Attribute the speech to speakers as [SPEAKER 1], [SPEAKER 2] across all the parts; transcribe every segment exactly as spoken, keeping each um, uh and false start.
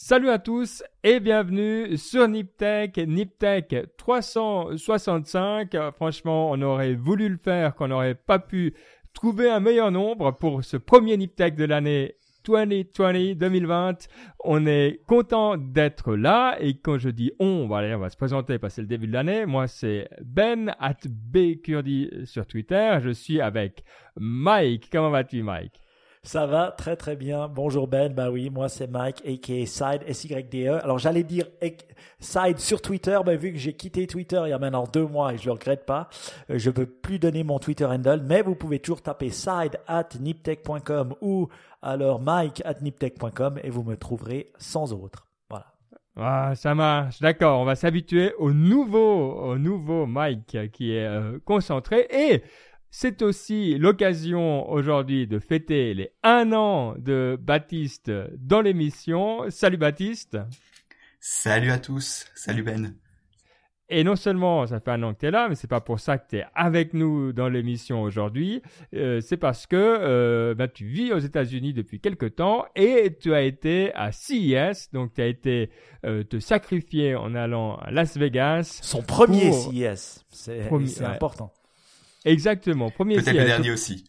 [SPEAKER 1] Salut à tous et bienvenue sur Niptech, Niptech trois cent soixante-cinq. Franchement, on aurait voulu le faire, qu'on n'aurait pas pu trouver un meilleur nombre pour ce premier Niptech de l'année deux mille vingt. On est content d'être là et quand je dis on, on va, aller, on va se présenter parce que c'est le début de l'année. Moi, c'est Ben, at bkurdi sur Twitter. Je suis avec Mike. Comment vas-tu, Mike?
[SPEAKER 2] Ça va très très bien. Bonjour Ben, bah oui, moi c'est Mike, aka Side, S Y D E. Alors j'allais dire Side sur Twitter, mais vu que j'ai quitté Twitter il y a maintenant deux mois et je le regrette pas, je ne peux plus donner mon Twitter handle, mais vous pouvez toujours taper side at niptech point com ou alors Mike at niptech point com et vous me trouverez sans autre. Voilà.
[SPEAKER 1] Ah, ça marche, d'accord, on va s'habituer au nouveau, au nouveau Mike qui est euh, concentré et... C'est aussi l'occasion aujourd'hui de fêter les un an de Baptiste dans l'émission. Salut Baptiste.
[SPEAKER 3] Salut à tous. Salut Ben.
[SPEAKER 1] Et non seulement ça fait un an que tu es là, mais c'est pas pour ça que tu es avec nous dans l'émission aujourd'hui. Euh, c'est parce que euh, ben, tu vis aux États-Unis depuis quelque temps et tu as été à C E S, donc tu as été euh, te sacrifier en allant à Las Vegas.
[SPEAKER 2] Son premier
[SPEAKER 1] pour...
[SPEAKER 2] C E S, c'est,
[SPEAKER 1] Premier,
[SPEAKER 2] c'est
[SPEAKER 1] ouais.
[SPEAKER 2] important.
[SPEAKER 1] Exactement, premier
[SPEAKER 3] Peut-être
[SPEAKER 1] C E S.
[SPEAKER 3] le dernier aussi.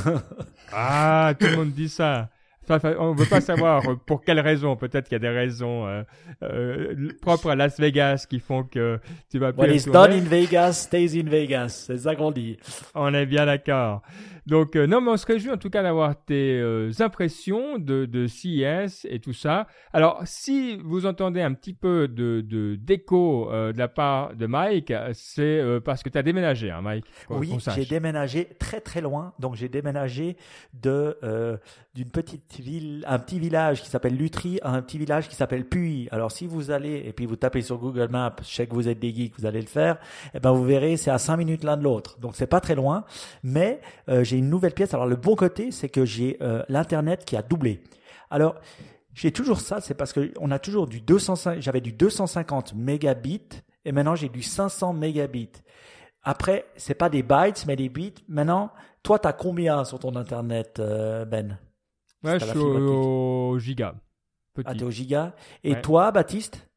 [SPEAKER 1] Ah, tout le monde dit ça. Enfin, on ne veut pas savoir pour quelles raisons. Peut-être qu'il y a des raisons euh, euh, propres à Las Vegas qui font que tu vas plus
[SPEAKER 2] When it's done in Vegas, stays in Vegas. C'est ça qu'on dit.
[SPEAKER 1] On est bien d'accord. Donc, euh, non, mais on se réjouit en tout cas d'avoir tes euh, impressions de, de C E S et tout ça. Alors, si vous entendez un petit peu de, de d'écho euh, de la part de Mike, c'est euh, parce que tu as déménagé, hein, Mike.
[SPEAKER 2] Oui, j'ai déménagé très très loin. Donc, j'ai déménagé de euh, d'une petite ville, un petit village qui s'appelle Lutry, à un petit village qui s'appelle Puy. Alors, si vous allez et puis vous tapez sur Google Maps, je sais que vous êtes des geeks, vous allez le faire. Eh ben, vous verrez, c'est à cinq minutes l'un de l'autre. Donc, c'est pas très loin, mais euh, j'ai une nouvelle pièce. Alors le bon côté, c'est que j'ai euh, l'internet qui a doublé. Alors j'ai toujours ça, c'est parce que on a toujours du deux cent cinquante, j'avais du deux cent cinquante mégabits et maintenant j'ai du cinq cents mégabits. Après, c'est pas des bytes mais des bits. Maintenant, toi t'as combien sur ton internet, euh, Ben?
[SPEAKER 1] Ouais, je suis au, au giga. Petit.
[SPEAKER 2] Ah, t'es au giga. Et
[SPEAKER 1] ouais.
[SPEAKER 2] Toi, Baptiste?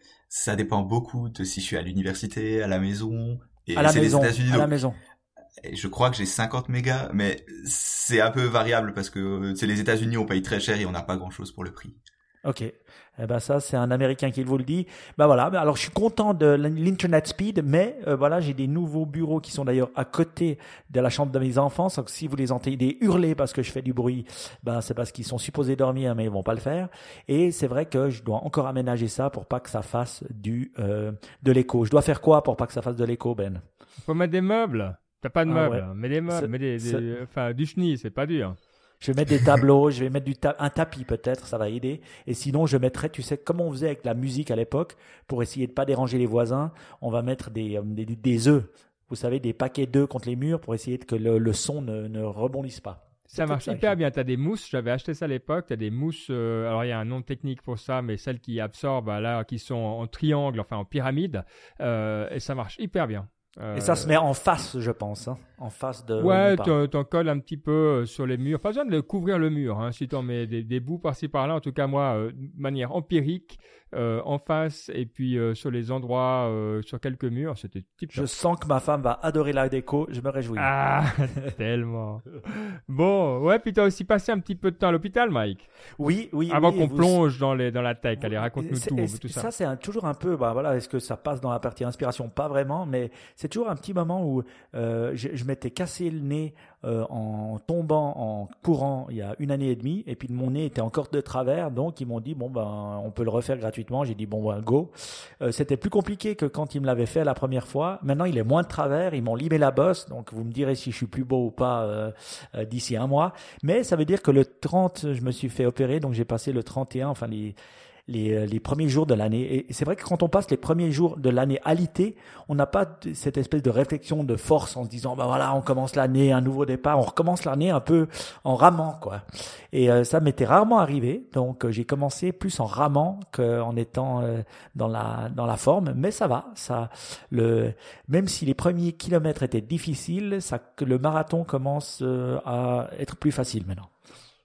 [SPEAKER 3] Ça dépend beaucoup de si je suis à l'université, à la maison. Et
[SPEAKER 2] à la
[SPEAKER 3] c'est
[SPEAKER 2] maison.
[SPEAKER 3] les États-Unis,
[SPEAKER 2] à
[SPEAKER 3] donc.
[SPEAKER 2] la maison.
[SPEAKER 3] Et je crois que j'ai cinquante mégas, mais c'est un peu variable parce que c'est les États-Unis, on paye très cher et on n'a pas grand-chose pour le prix.
[SPEAKER 2] Ok, eh ben ça c'est un Américain qui vous le dit. Ben voilà. Alors je suis content de l'internet speed, mais euh, voilà, j'ai des nouveaux bureaux qui sont d'ailleurs à côté de la chambre de mes enfants. Donc si vous les entendez hurler parce que je fais du bruit, ben c'est parce qu'ils sont supposés dormir, mais ils vont pas le faire. Et c'est vrai que je dois encore aménager ça pour pas que ça fasse du euh, de l'écho. Je dois faire quoi pour pas que ça fasse de l'écho, Ben?
[SPEAKER 1] Faut mettre des meubles. T'as pas de
[SPEAKER 2] ah,
[SPEAKER 1] meubles,
[SPEAKER 2] ouais.
[SPEAKER 1] mais des meubles, mais des, des, enfin du chenille, c'est pas dur.
[SPEAKER 2] Je vais mettre des tableaux, je vais mettre du ta- un tapis peut-être, ça va aider. Et sinon, je mettrai, tu sais, comme on faisait avec la musique à l'époque, pour essayer de pas déranger les voisins, on va mettre des des, des œufs. Vous savez, des paquets d'œufs contre les murs pour essayer que le, le son ne, ne rebondisse pas.
[SPEAKER 1] Ça marche ça, hyper bien. Tu as des mousses, j'avais acheté ça à l'époque. Tu as des mousses, euh, alors il y a un nom technique pour ça, mais celles qui absorbent, là, qui sont en triangle, enfin en pyramide, euh, et ça marche hyper bien.
[SPEAKER 2] Euh, et ça se met en face, je pense, hein, en face de.
[SPEAKER 1] Ouais, t'en, t'en colles un petit peu sur les murs. Pas besoin de couvrir le mur, hein, si t'en mets des, des bouts par-ci par-là. En tout cas, moi, euh, de manière empirique, euh, en face et puis euh, sur les endroits, euh, sur quelques murs, c'était type.
[SPEAKER 2] Je sens que ma femme va adorer la déco. Je me réjouis.
[SPEAKER 1] Ah, tellement. Bon, ouais, puis t'as aussi passé un petit peu de temps à l'hôpital, Mike.
[SPEAKER 2] Oui, oui.
[SPEAKER 1] Avant
[SPEAKER 2] oui,
[SPEAKER 1] qu'on
[SPEAKER 2] vous...
[SPEAKER 1] plonge dans les dans la tech, allez, raconte-nous
[SPEAKER 2] c'est,
[SPEAKER 1] tout,
[SPEAKER 2] c'est,
[SPEAKER 1] tout ça.
[SPEAKER 2] Ça, c'est un, toujours un peu, bah voilà, est-ce que ça passe dans la partie inspiration? Pas vraiment, mais c'est toujours un petit moment où euh, je, je m'étais cassé le nez euh, en tombant en courant il y a une année et demie, et puis mon nez était encore de travers, donc ils m'ont dit bon ben on peut le refaire gratuitement. J'ai dit bon ben go. Euh, c'était plus compliqué que quand ils me l'avaient fait la première fois. Maintenant il est moins de travers, ils m'ont limé la bosse, donc vous me direz si je suis plus beau ou pas euh, euh, d'ici un mois. Mais ça veut dire que le trente, je me suis fait opérer, donc j'ai passé le trente et un, enfin les Les, les premiers jours de l'année. Et c'est vrai que quand on passe les premiers jours de l'année alité, on n'a pas cette espèce de réflexion de force en se disant bah voilà, on commence l'année, un nouveau départ, on recommence l'année un peu en ramant quoi. Et euh, ça m'était rarement arrivé, donc euh, j'ai commencé plus en ramant qu'en étant euh, dans la dans la forme, mais ça va, ça le même si les premiers kilomètres étaient difficiles, ça le marathon commence euh, à être plus facile maintenant.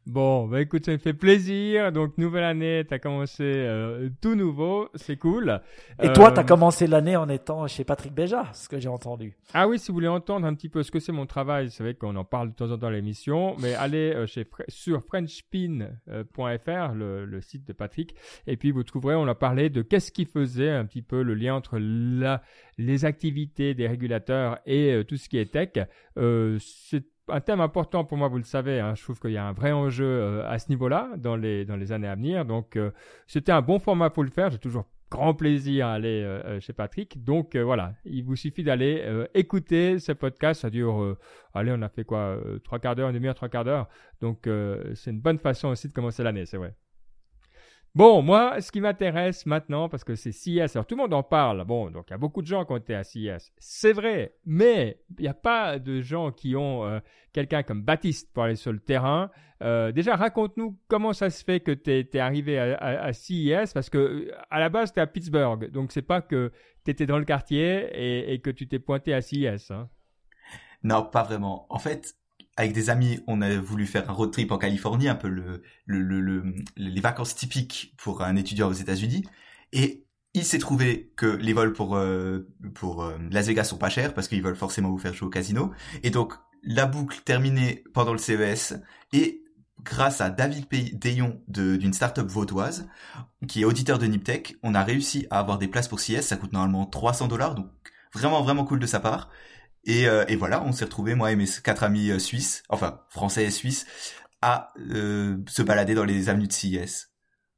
[SPEAKER 1] Bon, bah écoute, ça me fait plaisir. Donc, nouvelle année, tu as commencé euh, tout nouveau, c'est cool.
[SPEAKER 2] Et euh... toi, tu as commencé l'année en étant chez Patrick Béja, ce que j'ai entendu.
[SPEAKER 1] Ah oui, si vous voulez entendre un petit peu ce que c'est mon travail, c'est vrai qu'on en parle de temps en temps à l'émission, mais allez euh, chez, sur frenchpin point f r, le, le site de Patrick, et puis vous trouverez, on a parlé de qu'est-ce qui faisait un petit peu le lien entre la, les activités des régulateurs et euh, tout ce qui est tech. Euh, c'est un thème important pour moi, vous le savez, hein. Je trouve qu'il y a un vrai enjeu euh, à ce niveau-là dans les, dans les années à venir. Donc, euh, c'était un bon format pour le faire. J'ai toujours grand plaisir à aller euh, chez Patrick. Donc, euh, voilà, il vous suffit d'aller euh, écouter ce podcast. Ça dure, euh, allez, on a fait quoi, euh, trois quarts d'heure, une demi-heure, trois quarts d'heure. Donc, euh, c'est une bonne façon aussi de commencer l'année, c'est vrai. Bon, moi, ce qui m'intéresse maintenant, parce que c'est C E S, alors tout le monde en parle, bon, donc il y a beaucoup de gens qui ont été à C E S, c'est vrai, mais il n'y a pas de gens qui ont euh, quelqu'un comme Baptiste pour aller sur le terrain. Euh, déjà, raconte-nous comment ça se fait que tu es arrivé à, à, à C E S, parce que à la base, tu es à Pittsburgh, donc c'est pas que tu étais dans le quartier et, et que tu t'es pointé à C E S. Hein.
[SPEAKER 3] Non, pas vraiment. En fait, avec des amis, on a voulu faire un road trip en Californie, un peu le, le, le, le les vacances typiques pour un étudiant aux États-Unis. Et il s'est trouvé que les vols pour euh, pour euh, Las Vegas sont pas chers parce qu'ils veulent forcément vous faire jouer au casino. Et donc la boucle terminée pendant le C E S et grâce à David Dayon de, d'une start-up vaudoise qui est auditeur de Niptech, on a réussi à avoir des places pour C E S. Ça coûte normalement trois cents dollars, donc vraiment vraiment cool de sa part. Et, euh, et voilà, on s'est retrouvés, moi et mes quatre amis euh, suisses, enfin français et suisses, à euh, se balader dans les avenues de C E S.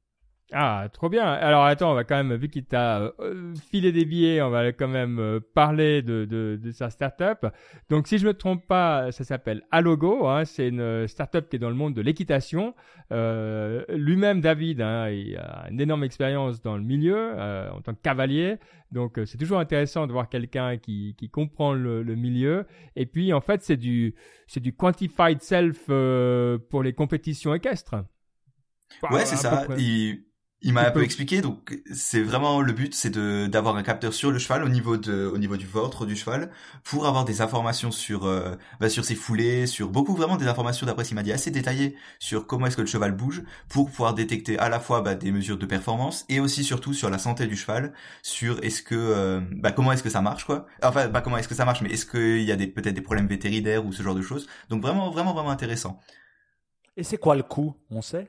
[SPEAKER 1] Ah, trop bien. Alors attends, on va quand même, vu qu'il t'a euh, filé des billets, on va quand même euh, parler de, de, de sa startup. Donc si je me trompe pas, ça s'appelle Allogo. Hein, c'est une startup qui est dans le monde de l'équitation. Euh, lui-même, David, hein, il a une énorme expérience dans le milieu euh, en tant que cavalier. Donc euh, c'est toujours intéressant de voir quelqu'un qui, qui comprend le, le milieu. Et puis en fait, c'est du, c'est du quantified self euh, pour les compétitions équestres.
[SPEAKER 3] Wow, ouais, c'est ça. Il... Il m'a un peu expliqué, donc c'est vraiment le but, c'est de d'avoir un capteur sur le cheval au niveau de au niveau du ventre du cheval pour avoir des informations sur euh, bah, sur ses foulées, sur beaucoup vraiment des informations d'après ce qu'il m'a dit assez détaillées sur comment est-ce que le cheval bouge pour pouvoir détecter à la fois bah, des mesures de performance et aussi surtout sur la santé du cheval, sur est-ce que euh, bah comment est-ce que ça marche quoi. Enfin bah comment est-ce que ça marche, mais est-ce qu'il y a des peut-être des problèmes vétérinaires ou ce genre de choses. Donc vraiment vraiment vraiment intéressant.
[SPEAKER 2] Et c'est quoi le coût, on sait?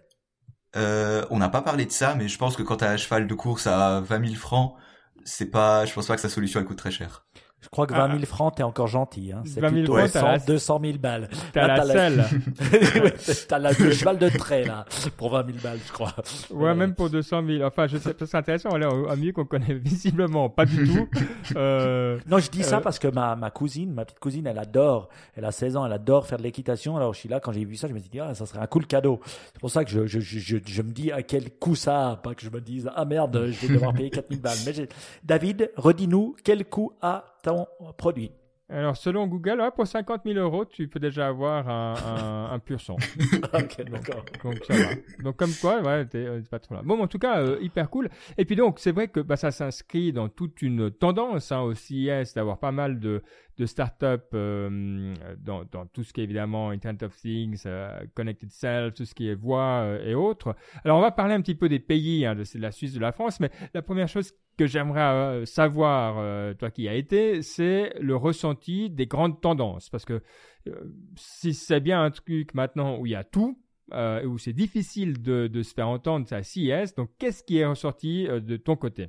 [SPEAKER 3] Euh, on n'a pas parlé de ça, mais je pense que quand t'as un cheval de course à vingt mille francs, c'est pas, je pense pas que sa solution elle coûte très cher.
[SPEAKER 2] Je crois que vingt mille francs, t'es encore gentil. Hein. C'est
[SPEAKER 1] vingt mille
[SPEAKER 2] plutôt
[SPEAKER 1] francs, la...
[SPEAKER 2] deux cent mille balles.
[SPEAKER 1] T'as là, la t'as selle.
[SPEAKER 2] La... t'as la, le cheval de trait, là, pour vingt mille balles, je crois.
[SPEAKER 1] Ouais, euh... même pour deux cent mille. Enfin, je sais, c'est intéressant. On est un milieu qu'on connaît visiblement pas du tout.
[SPEAKER 2] Euh... Non, je dis ça euh... parce que ma, ma cousine, ma petite cousine, elle adore, elle a seize ans, elle adore faire de l'équitation. Alors, je suis là, quand j'ai vu ça, je me suis dit, ah, ça serait un cool cadeau. C'est pour ça que je, je, je, je, je me dis à quel coût ça a, pas que je me dise, ah merde, je vais devoir payer quatre mille balles. Mais j'ai... David, redis-nous, quel coût a ton produit?
[SPEAKER 1] Alors, selon Google, ouais, pour cinquante mille euros, tu peux déjà avoir un, un, un pur sang.
[SPEAKER 2] Ok, d'accord.
[SPEAKER 1] Donc, ça va. Donc, comme quoi, ouais, t'es, t'es pas trop là. Bon, en tout cas, euh, hyper cool. Et puis donc, c'est vrai que bah, ça s'inscrit dans toute une tendance hein, au C E S d'avoir pas mal de, de startups euh, dans, dans tout ce qui est évidemment Internet of Things, euh, Connected Self, tout ce qui est voix euh, et autres. Alors, on va parler un petit peu des pays, hein, de, de la Suisse, de la France, mais la première chose que j'aimerais euh, savoir, euh, toi qui y as été, c'est le ressenti des grandes tendances. Parce que euh, si c'est bien un truc maintenant où il y a tout, euh, où c'est difficile de, de se faire entendre, c'est à C E S. Donc, qu'est-ce qui est ressorti euh, de ton côté?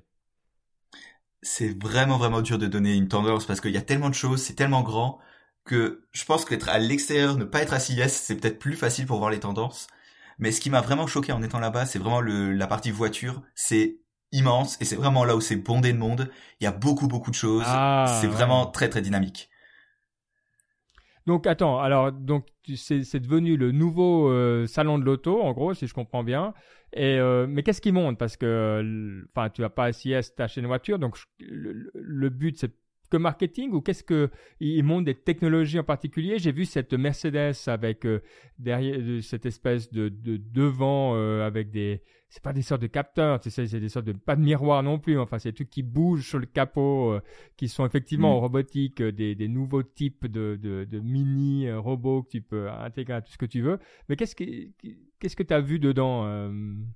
[SPEAKER 3] C'est vraiment, vraiment dur de donner une tendance parce qu'il y a tellement de choses, c'est tellement grand que je pense qu'être à l'extérieur, ne pas être à C E S, c'est peut-être plus facile pour voir les tendances. Mais ce qui m'a vraiment choqué en étant là-bas, c'est vraiment le, la partie voiture. C'est immense et c'est vraiment là où c'est bondé de monde. Il y a beaucoup beaucoup de choses. Ah, c'est ouais. Vraiment très très dynamique.
[SPEAKER 1] Donc attends, alors donc c'est c'est devenu le nouveau euh, salon de l'auto en gros si je comprends bien. Et euh, mais qu'est-ce qui monte parce que enfin tu vas pas à C E S t'acheter une voiture donc le, le but c'est que marketing ou qu'est-ce que ils montrent des technologies en particulier? J'ai vu cette Mercedes avec euh, derrière cette espèce de de devant euh, avec des c'est pas des sortes de capteurs, tu sais, c'est des sortes de pas de miroirs non plus. Enfin, c'est des trucs qui bougent sur le capot, euh, qui sont effectivement
[SPEAKER 3] Mm.
[SPEAKER 1] en robotique, euh, des, des nouveaux types de, de, de mini euh, robots que tu peux intégrer à tout ce que tu veux. Mais qu'est-ce que qu'est-ce que tu as vu dedans euh...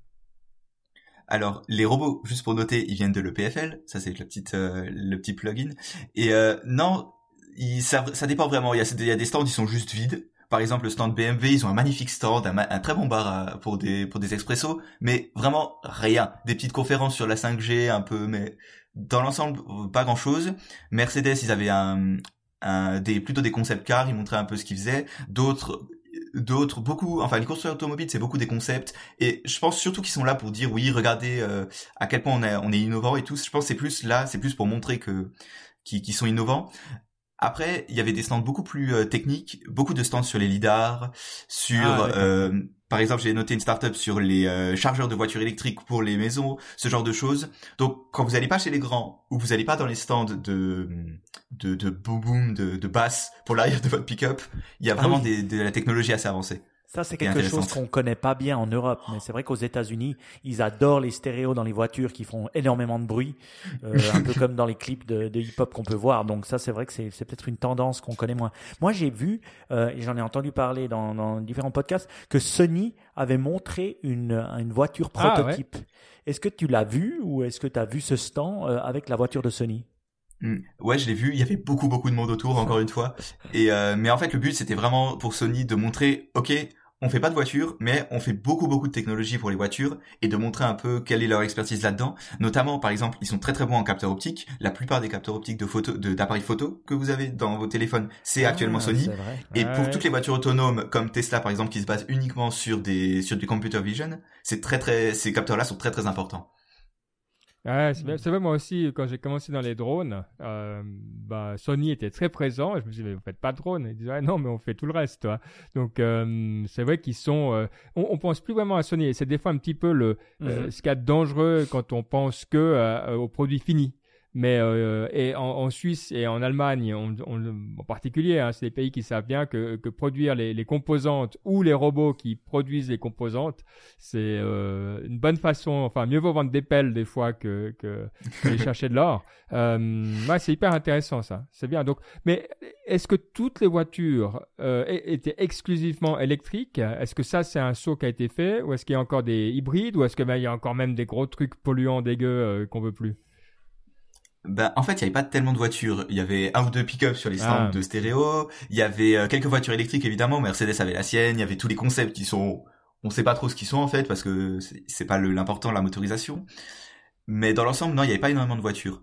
[SPEAKER 3] Alors, les robots, juste pour noter, ils viennent de l'E P F L. Ça, c'est le petit, euh, le petit plugin. Et euh, non, il, ça, ça dépend vraiment. Il y a, il y a des stands qui sont juste vides. Par exemple, le stand B M W, ils ont un magnifique stand, un, un très bon bar à, pour des pour des expressos, mais vraiment rien. Des petites conférences sur la cinq G, un peu, mais dans l'ensemble, pas grand-chose. Mercedes, ils avaient un, un des plutôt des concept cars, ils montraient un peu ce qu'ils faisaient. D'autres, d'autres, beaucoup. Enfin, les constructeurs automobiles, c'est beaucoup des concepts, et je pense surtout qu'ils sont là pour dire oui, regardez euh, à quel point on est on est innovant et tout. Je pense que c'est plus là, c'est plus pour montrer que qu'ils, qu'ils sont innovants. Après, il y avait des stands beaucoup plus euh, techniques, beaucoup de stands sur les lidars, sur,
[SPEAKER 1] Ah,
[SPEAKER 3] euh, par exemple, j'ai noté une start-up sur les euh, chargeurs de voitures électriques pour les maisons, ce genre de choses. Donc, quand vous n'allez pas chez les grands, ou vous n'allez pas dans les stands de de, de boom boom, de, de basse pour l'arrière de votre pick-up, il y a vraiment ah oui. des, de la technologie assez avancée.
[SPEAKER 2] Ça, c'est quelque chose qu'on connaît pas bien en Europe, mais c'est vrai qu'aux États-Unis, ils adorent les stéréos dans les voitures qui font énormément de bruit, euh, un peu comme dans les clips de, de hip-hop qu'on peut voir. Donc ça, c'est vrai que c'est, c'est peut-être une tendance qu'on connaît moins. Moi, j'ai vu, euh, et j'en ai entendu parler dans, dans différents podcasts, que Sony avait montré une, une voiture prototype. Ah, ouais. Est-ce que tu l'as vu ou est-ce que tu as vu ce stand euh, avec la voiture de Sony?
[SPEAKER 3] Mmh. Ouais, je l'ai vu. Il y avait beaucoup, beaucoup de monde autour, encore une fois. Et euh, mais en fait, le but, c'était vraiment pour Sony de montrer, ok, on fait pas de voitures, mais on fait beaucoup, beaucoup de technologies pour les voitures et de montrer un peu quelle est leur expertise là-dedans. Notamment, par exemple, ils sont très, très bons en capteurs optiques. La plupart des capteurs optiques de photo, de, d'appareils photo que vous avez dans vos téléphones, c'est ah, actuellement Sony. C'est et ah, pour ouais. toutes les voitures autonomes, comme Tesla, par exemple, qui se basent uniquement sur des, sur du computer vision, c'est très, très, ces capteurs-là sont très, très importants.
[SPEAKER 1] Ouais, c'est vrai, c'est vrai, moi aussi, quand j'ai commencé dans les drones, euh, bah, Sony était très présent. Et je me suis dit, mais vous faites pas de drones. Ils disaient, ah, non, mais on fait tout le reste, toi. Donc, euh, c'est vrai qu'ils sont, euh, on, on pense plus vraiment à Sony. Et c'est des fois un petit peu le, mm-hmm. euh, ce qu'il y a de dangereux quand on pense que euh, aux produits finis. Mais euh, et en, en Suisse et en Allemagne, on, on, en particulier, hein, c'est des pays qui savent bien que, que produire les, les composantes ou les robots qui produisent les composantes, c'est euh, une bonne façon. Enfin, mieux vaut vendre des pelles des fois que, que, que aller chercher de l'or. Euh, ouais, c'est hyper intéressant ça. C'est bien. Donc, mais est-ce que toutes les voitures euh, étaient exclusivement électriques? Est-ce que ça c'est un saut qui a été fait, ou est-ce qu'il y a encore des hybrides, ou est-ce qu'il ben, y a encore même des gros trucs polluants dégueux euh, qu'on veut plus?
[SPEAKER 3] Ben, en fait, il y avait pas tellement de voitures. Il y avait un ou deux pick-up sur les stands ah. de stéréo. Il y avait euh, quelques voitures électriques, évidemment. Mercedes avait la sienne. Il y avait tous les concepts qui sont, on sait pas trop ce qu'ils sont, en fait, parce que c'est, c'est pas le, l'important, la motorisation. Mais dans l'ensemble, non, il y avait pas énormément de voitures.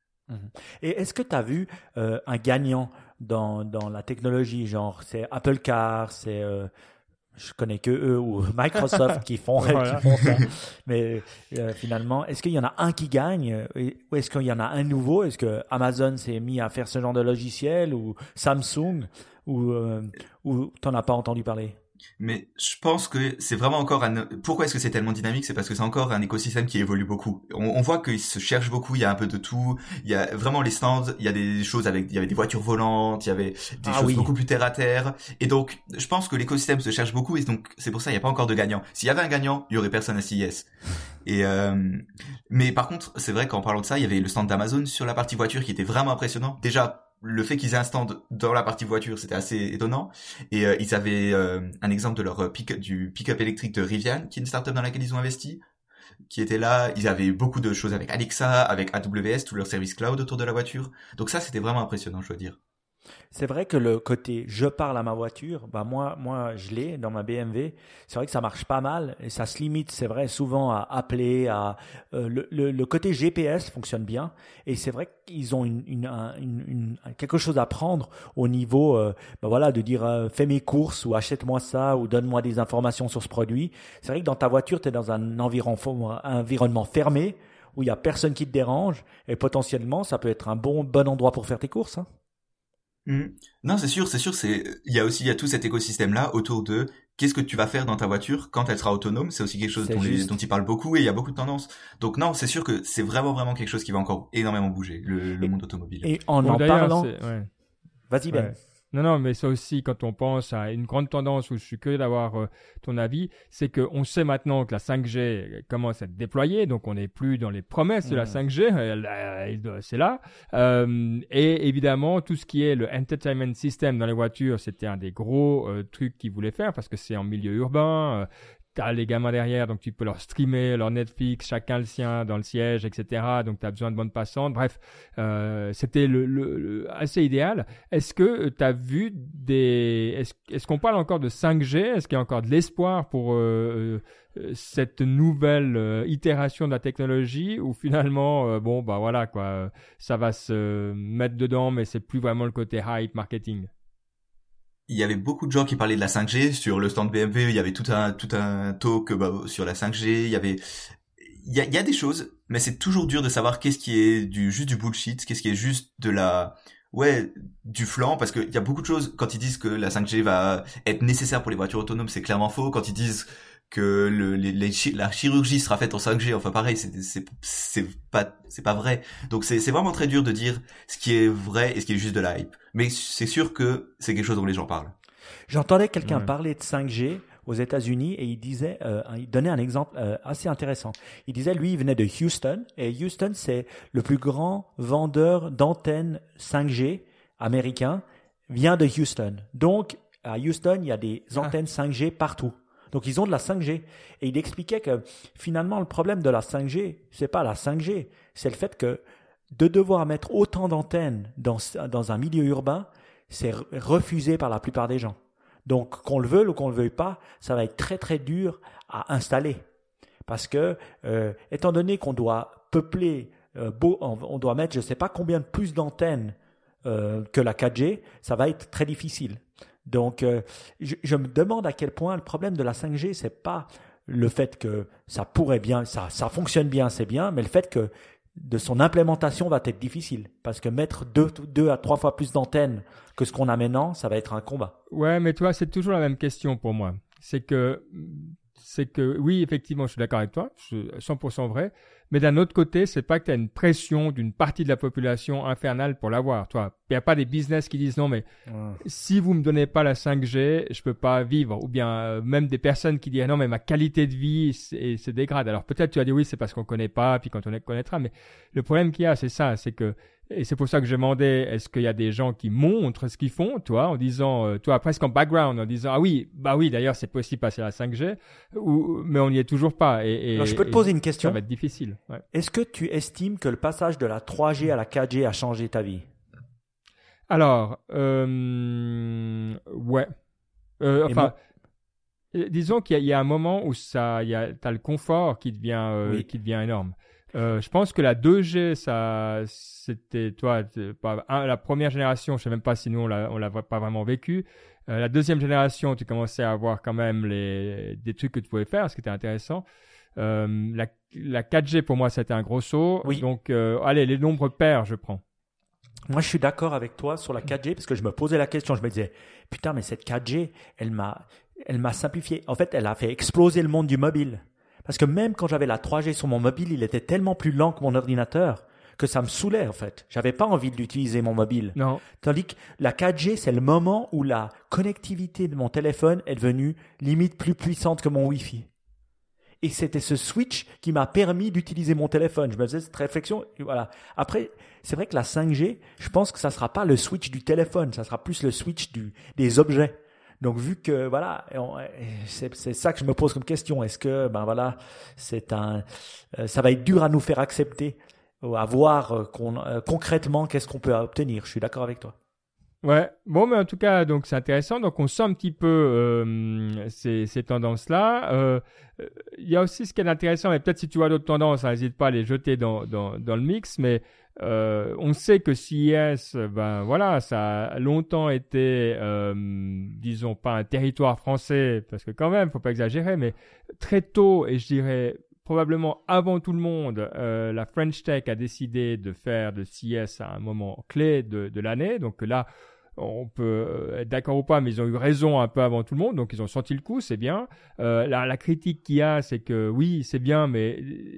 [SPEAKER 2] Et est-ce que tu as vu euh, un gagnant dans, dans la technologie? Genre, c'est Apple Car, c'est, euh, je connais que eux, ou Microsoft qui font, voilà. qui font ça. Mais euh, finalement, est-ce qu'il y en a un qui gagne, ou est-ce qu'il y en a un nouveau? Est-ce que Amazon s'est mis à faire ce genre de logiciel, ou Samsung, ou, euh, ou t'en as pas entendu parler?
[SPEAKER 3] Mais je pense que c'est vraiment encore un... Pourquoi est-ce que c'est tellement dynamique? C'est parce que c'est encore un écosystème qui évolue beaucoup. On, on voit qu'ils se cherchent beaucoup, il y a un peu de tout. Il y a vraiment les stands, il y a des choses avec... Il y avait des voitures volantes, il y avait des ah, choses oui. beaucoup plus terre à terre. Et donc, je pense que l'écosystème se cherche beaucoup, et donc c'est pour ça qu'il n'y a pas encore de gagnant. S'il y avait un gagnant, il y aurait personne à C I S. Et euh... Mais par contre, c'est vrai qu'en parlant de ça, il y avait le stand d'Amazon sur la partie voiture qui était vraiment impressionnant. Déjà, le fait qu'ils aient un stand dans la partie voiture, c'était assez étonnant. Et euh, ils avaient euh, un exemple de leur pick du pick-up électrique de Rivian, qui est une startup dans laquelle ils ont investi, qui était là. Ils avaient beaucoup de choses avec Alexa, avec A W S, tout leur service cloud autour de la voiture. Donc ça, c'était vraiment impressionnant, je dois dire.
[SPEAKER 2] C'est vrai que le côté je parle à ma voiture, bah moi, moi je l'ai dans ma B M W. C'est vrai que ça marche pas mal et ça se limite, c'est vrai, souvent à appeler. À euh, le, le, le côté G P S fonctionne bien et c'est vrai qu'ils ont une, une, une, une quelque chose à prendre au niveau, euh, bah voilà, de dire euh, fais mes courses ou achète-moi ça ou donne-moi des informations sur ce produit. C'est vrai que dans ta voiture, tu es dans un environnement, un environnement fermé où il y a personne qui te dérange et potentiellement ça peut être un bon bon endroit pour faire tes courses. Hein.
[SPEAKER 3] Mmh. Non, c'est sûr, c'est sûr, c'est, il y a aussi, il y a tout cet écosystème-là autour de qu'est-ce que tu vas faire dans ta voiture quand elle sera autonome. C'est aussi quelque chose dont, les, dont ils parlent beaucoup et il y a beaucoup de tendances. Donc non, c'est sûr que c'est vraiment, vraiment quelque chose qui va encore énormément bouger, le, le monde automobile.
[SPEAKER 2] Et en bon, en parlant, ouais. Vas-y Ben.
[SPEAKER 1] Ouais. Non, non, mais ça aussi, quand on pense à une grande tendance où je suis curieux d'avoir euh, ton avis, c'est qu'on sait maintenant que la cinq G commence à être déployée, donc on n'est plus dans les promesses de la
[SPEAKER 2] Mmh.
[SPEAKER 1] cinq G, elle, elle, c'est là. Euh, et évidemment, tout ce qui est le entertainment system dans les voitures, c'était un des gros euh, trucs qu'ils voulaient faire parce que c'est en milieu urbain. Euh, T'as les gamins derrière, donc tu peux leur streamer leur Netflix, chacun le sien dans le siège, et cetera. Donc tu as besoin de bande passante. Bref, euh, c'était le, le, le assez idéal. Est-ce que tu as vu des... Est-ce, est-ce qu'on parle encore de cinq G? Est-ce qu'il y a encore de l'espoir pour euh, euh, cette nouvelle euh, itération de la technologie ou finalement, euh, bon, bah voilà, quoi, ça va se mettre dedans, mais c'est plus vraiment le côté hype marketing?
[SPEAKER 3] Il y avait beaucoup de gens qui parlaient de la cinq G sur le stand B M W. Il y avait tout un tout un talk bah, sur la cinq G. Il y avait il y a, il y a des choses, mais c'est toujours dur de savoir qu'est-ce qui est du juste du bullshit, qu'est-ce qui est juste de la ouais du flan, parce que il y a beaucoup de choses. Quand ils disent que la cinq G va être nécessaire pour les voitures autonomes, c'est clairement faux. Quand ils disent que le, les, les, la chirurgie sera faite en cinq G, enfin pareil, c'est c'est c'est pas c'est pas vrai. Donc c'est c'est vraiment très dur de dire ce qui est vrai et ce qui est juste de la hype. Mais c'est sûr que c'est quelque chose dont les gens parlent.
[SPEAKER 2] J'entendais quelqu'un
[SPEAKER 1] Ouais.
[SPEAKER 2] parler de cinq G aux États-Unis et il disait, euh, il donnait un exemple euh, assez intéressant. Il disait, lui, il venait de Houston et Houston, c'est le plus grand vendeur d'antennes cinq G américain, vient de Houston. Donc, à Houston, il y a des antennes cinq G partout. Donc, ils ont de la cinq G. Et il expliquait que finalement, le problème de la cinq G, c'est pas la cinq G, c'est le fait que de devoir mettre autant d'antennes dans, dans un milieu urbain, c'est refusé par la plupart des gens. Donc, qu'on le veuille ou qu'on le veuille pas, ça va être très très dur à installer. Parce que, euh, étant donné qu'on doit peupler, euh, beau, on, on doit mettre je ne sais pas combien de plus d'antennes euh, que la quatre G, ça va être très difficile. Donc, euh, je, je me demande à quel point le problème de la cinq G, c'est pas le fait que ça pourrait bien, ça, ça fonctionne bien, c'est bien, mais le fait que de son implémentation va être difficile. Parce que mettre deux, deux à trois fois plus d'antennes que ce qu'on a maintenant, ça va être un combat.
[SPEAKER 1] Ouais, mais toi, c'est toujours la même question pour moi. C'est que, c'est que, oui, effectivement, je suis d'accord avec toi, c'est cent pour cent vrai. Mais d'un autre côté, c'est pas que tu as une pression d'une partie de la population infernale pour l'avoir. Toi, il n'y a pas des business qui disent non, mais
[SPEAKER 2] Ouais.
[SPEAKER 1] si vous me donnez pas la cinq G, je peux pas vivre. Ou bien euh, même des personnes qui disent non, mais ma qualité de vie se dégrade. Alors peut-être tu vas dire oui, c'est parce qu'on connaît pas, puis quand on connaîtra. Mais le problème qu'il y a, c'est ça, c'est que et c'est pour ça que je demandais, est-ce qu'il y a des gens qui montrent ce qu'ils font, toi, en disant, euh, toi, presque en background, en disant, ah oui, bah oui, d'ailleurs, c'est possible passer à la cinq G, ou, mais on n'y est toujours pas. Et, et,
[SPEAKER 2] Alors, je peux te
[SPEAKER 1] et
[SPEAKER 2] poser une question.
[SPEAKER 1] Ça va être difficile. Ouais.
[SPEAKER 2] Est-ce que tu estimes que le passage de la trois G à la quatre G a changé ta vie?
[SPEAKER 1] Alors, euh, ouais. Euh, enfin, moi... disons qu'il y, y a un moment où ça, il y a, t'as le confort qui devient, euh, oui. qui devient énorme. Euh, je pense que la deux G, ça, c'était, toi, pas, un, la première génération, je sais même pas si nous on l'a, on l'a pas vraiment vécu. Euh, la deuxième génération, tu commençais à avoir quand même les, des trucs que tu pouvais faire, ce qui était intéressant. Euh, la, la quatre G, pour moi, c'était un gros saut.
[SPEAKER 2] Oui.
[SPEAKER 1] Donc, euh, allez, les nombres pairs, je prends.
[SPEAKER 2] Moi, je suis d'accord avec toi sur la quatre G parce que je me posais la question, je me disais, putain, mais cette quatre G, elle m'a, elle m'a simplifié. En fait, elle a fait exploser le monde du mobile. Parce que même quand j'avais la trois G sur mon mobile, il était tellement plus lent que mon ordinateur que ça me saoulait en fait. J'avais pas envie de l'utiliser mon mobile.
[SPEAKER 1] Non.
[SPEAKER 2] Tandis que la quatre G, c'est le moment où la connectivité de mon téléphone est devenue limite plus puissante que mon Wi-Fi. Et c'était ce switch qui m'a permis d'utiliser mon téléphone. Je me faisais cette réflexion. Et voilà. Après, c'est vrai que la cinq G, je pense que ça sera pas le switch du téléphone, ça sera plus le switch du, des objets. Donc vu que voilà, c'est, c'est ça que je me pose comme question. Est-ce que ben voilà, c'est un, euh, ça va être dur à nous faire accepter, à voir euh, qu'on, euh, concrètement qu'est-ce qu'on peut obtenir. Je suis d'accord avec toi.
[SPEAKER 1] Ouais, bon, mais en tout cas, donc c'est intéressant. Donc on sent un petit peu euh, ces, ces tendances-là. Euh, il y a aussi ce qui est intéressant, et peut-être si tu vois d'autres tendances, n'hésite pas à les jeter dans dans, dans le mix. Mais euh, on sait que C E S, ben voilà, ça a longtemps été, euh, disons pas un territoire français, parce que quand même, faut pas exagérer, mais très tôt, et je dirais probablement avant tout le monde, euh, la French Tech a décidé de faire de C E S à un moment clé de, de l'année. Donc là, on peut être d'accord ou pas, mais ils ont eu raison un peu avant tout le monde. Donc ils ont senti le coup, c'est bien. Euh, la, la critique qu'il y a, c'est que oui, c'est bien, mais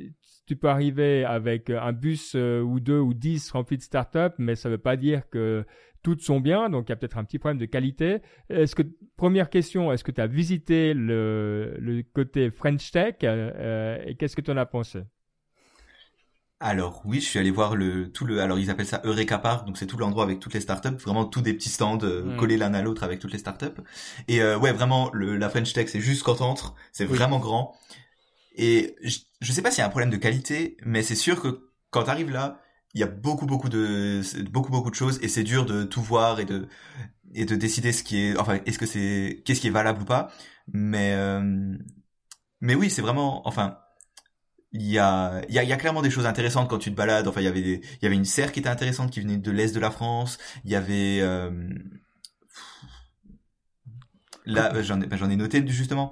[SPEAKER 1] tu peux arriver avec un bus euh, ou deux ou dix remplis de startups, mais ça ne veut pas dire que toutes sont bien, donc il y a peut-être un petit problème de qualité. Est-ce que, première question, est-ce que tu as visité le, le côté French Tech euh, et qu'est-ce que tu en as pensé?
[SPEAKER 3] Alors oui, je suis allé voir le tout le. Alors ils appellent ça Eureka Park, donc c'est tout l'endroit avec toutes les startups, vraiment tous des petits stands euh,
[SPEAKER 1] Mm.
[SPEAKER 3] collés l'un à l'autre avec toutes les startups. Et euh, ouais, vraiment le, la French Tech, c'est juste quand t'entres, c'est
[SPEAKER 2] Oui.
[SPEAKER 3] vraiment grand. Et je, je sais pas s'il y a un problème de qualité, mais c'est sûr que quand t'arrives là, il y a beaucoup beaucoup de beaucoup beaucoup de choses et c'est dur de tout voir et de et de décider ce qui est enfin est-ce que c'est qu'est-ce qui est valable ou pas. Mais euh, mais oui, c'est vraiment enfin. Il y a, il y a, il y a clairement des choses intéressantes quand tu te balades. Enfin, il y avait des, il y avait une serre qui était intéressante qui venait de l'est de la France. Il y avait, euh, là, j'en ai, ben, j'en ai noté justement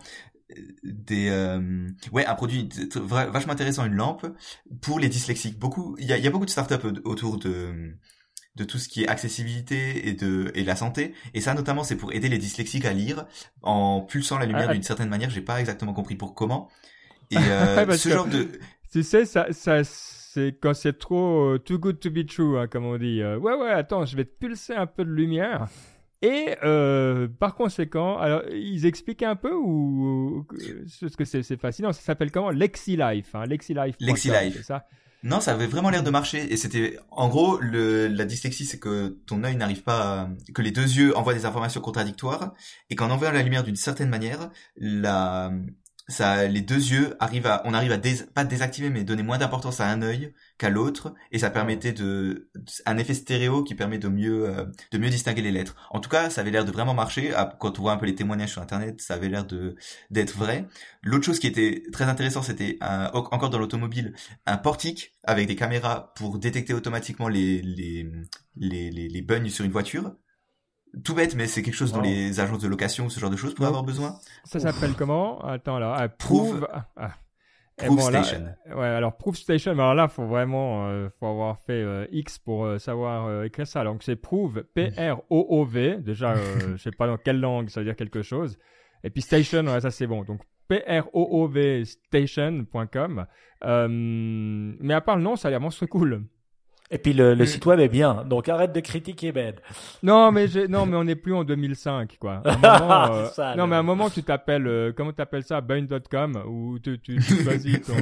[SPEAKER 3] des, euh, ouais, un produit vachement intéressant, une lampe pour les dyslexiques. Beaucoup, il y a, il y a beaucoup de startups autour de, de tout ce qui est accessibilité et de, et la santé. Et ça, notamment, c'est pour aider les dyslexiques à lire en pulsant la lumière
[SPEAKER 1] Ah,
[SPEAKER 3] d'une certaine manière. J'ai pas exactement compris pour comment. Et euh,
[SPEAKER 1] Ouais, parce
[SPEAKER 3] ce
[SPEAKER 1] que-
[SPEAKER 3] genre de
[SPEAKER 1] Tu sais, ça, ça, c'est quand c'est trop euh, too good to be true, hein, comme on dit. Euh, ouais, ouais, attends, je vais te pulser un peu de lumière. Et euh, par conséquent, alors ils expliquent un peu ou, ou ce que c'est, c'est fascinant. Ça s'appelle comment? LexiLife, hein, LexiLife.
[SPEAKER 3] LexiLife.
[SPEAKER 1] C'est ça.
[SPEAKER 3] Non, ça avait vraiment l'air de marcher et c'était en gros le la dyslexie, c'est que ton œil n'arrive pas à- que les deux yeux envoient des informations contradictoires et qu'en envoyant la lumière d'une certaine manière, la ça les deux yeux arrivent à on arrive à dés, pas désactiver mais donner moins d'importance à un œil qu'à l'autre et ça permettait de un effet stéréo qui permet de mieux euh, de mieux distinguer les lettres. En tout cas, ça avait l'air de vraiment marcher. Ah, quand on voit un peu les témoignages sur internet, ça avait l'air de d'être vrai. L'autre chose qui était très intéressant, c'était un, encore dans l'automobile, un portique avec des caméras pour détecter automatiquement les les les les, les bugs sur une voiture. Tout bête, mais c'est quelque chose dont
[SPEAKER 2] Wow.
[SPEAKER 3] les agences de location ou ce genre de choses pourraient
[SPEAKER 1] Ouais.
[SPEAKER 3] avoir besoin.
[SPEAKER 1] Ça s'appelle comment? Attends là. Ah,
[SPEAKER 3] Proof-
[SPEAKER 1] Proof. Ah. Et
[SPEAKER 3] Proof
[SPEAKER 1] bon, là,
[SPEAKER 3] Station.
[SPEAKER 1] euh, ouais, alors Proof Station. Mais alors là, faut vraiment, euh, faut avoir fait euh, X pour euh, savoir euh, écrire ça. Donc c'est Proof, P R O O V. Déjà, euh, je sais pas dans quelle langue ça veut dire quelque chose. Et puis Station, ouais, ça c'est bon. Donc P R O O V station point com. Euh, mais à part le nom, ça a l'air monstre cool.
[SPEAKER 2] Et puis le, le
[SPEAKER 3] Mm.
[SPEAKER 2] site web est bien, donc arrête de critiquer Ben.
[SPEAKER 1] Non, mais j'ai, non, mais on n'est plus en deux mille cinq, quoi. À un moment, euh,
[SPEAKER 2] Ça,
[SPEAKER 1] non,
[SPEAKER 2] là.
[SPEAKER 1] mais à un moment, tu t'appelles, euh, comment t'appelles ça, Bain point com, ou tu, tu, tu choisis ton,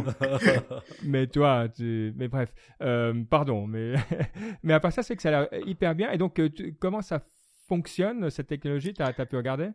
[SPEAKER 1] mais toi, tu, mais bref, euh, pardon, mais, mais à part ça, c'est que ça a l'air hyper bien. Et donc, euh, tu- comment ça fonctionne, cette technologie? T'as, t'as pu regarder?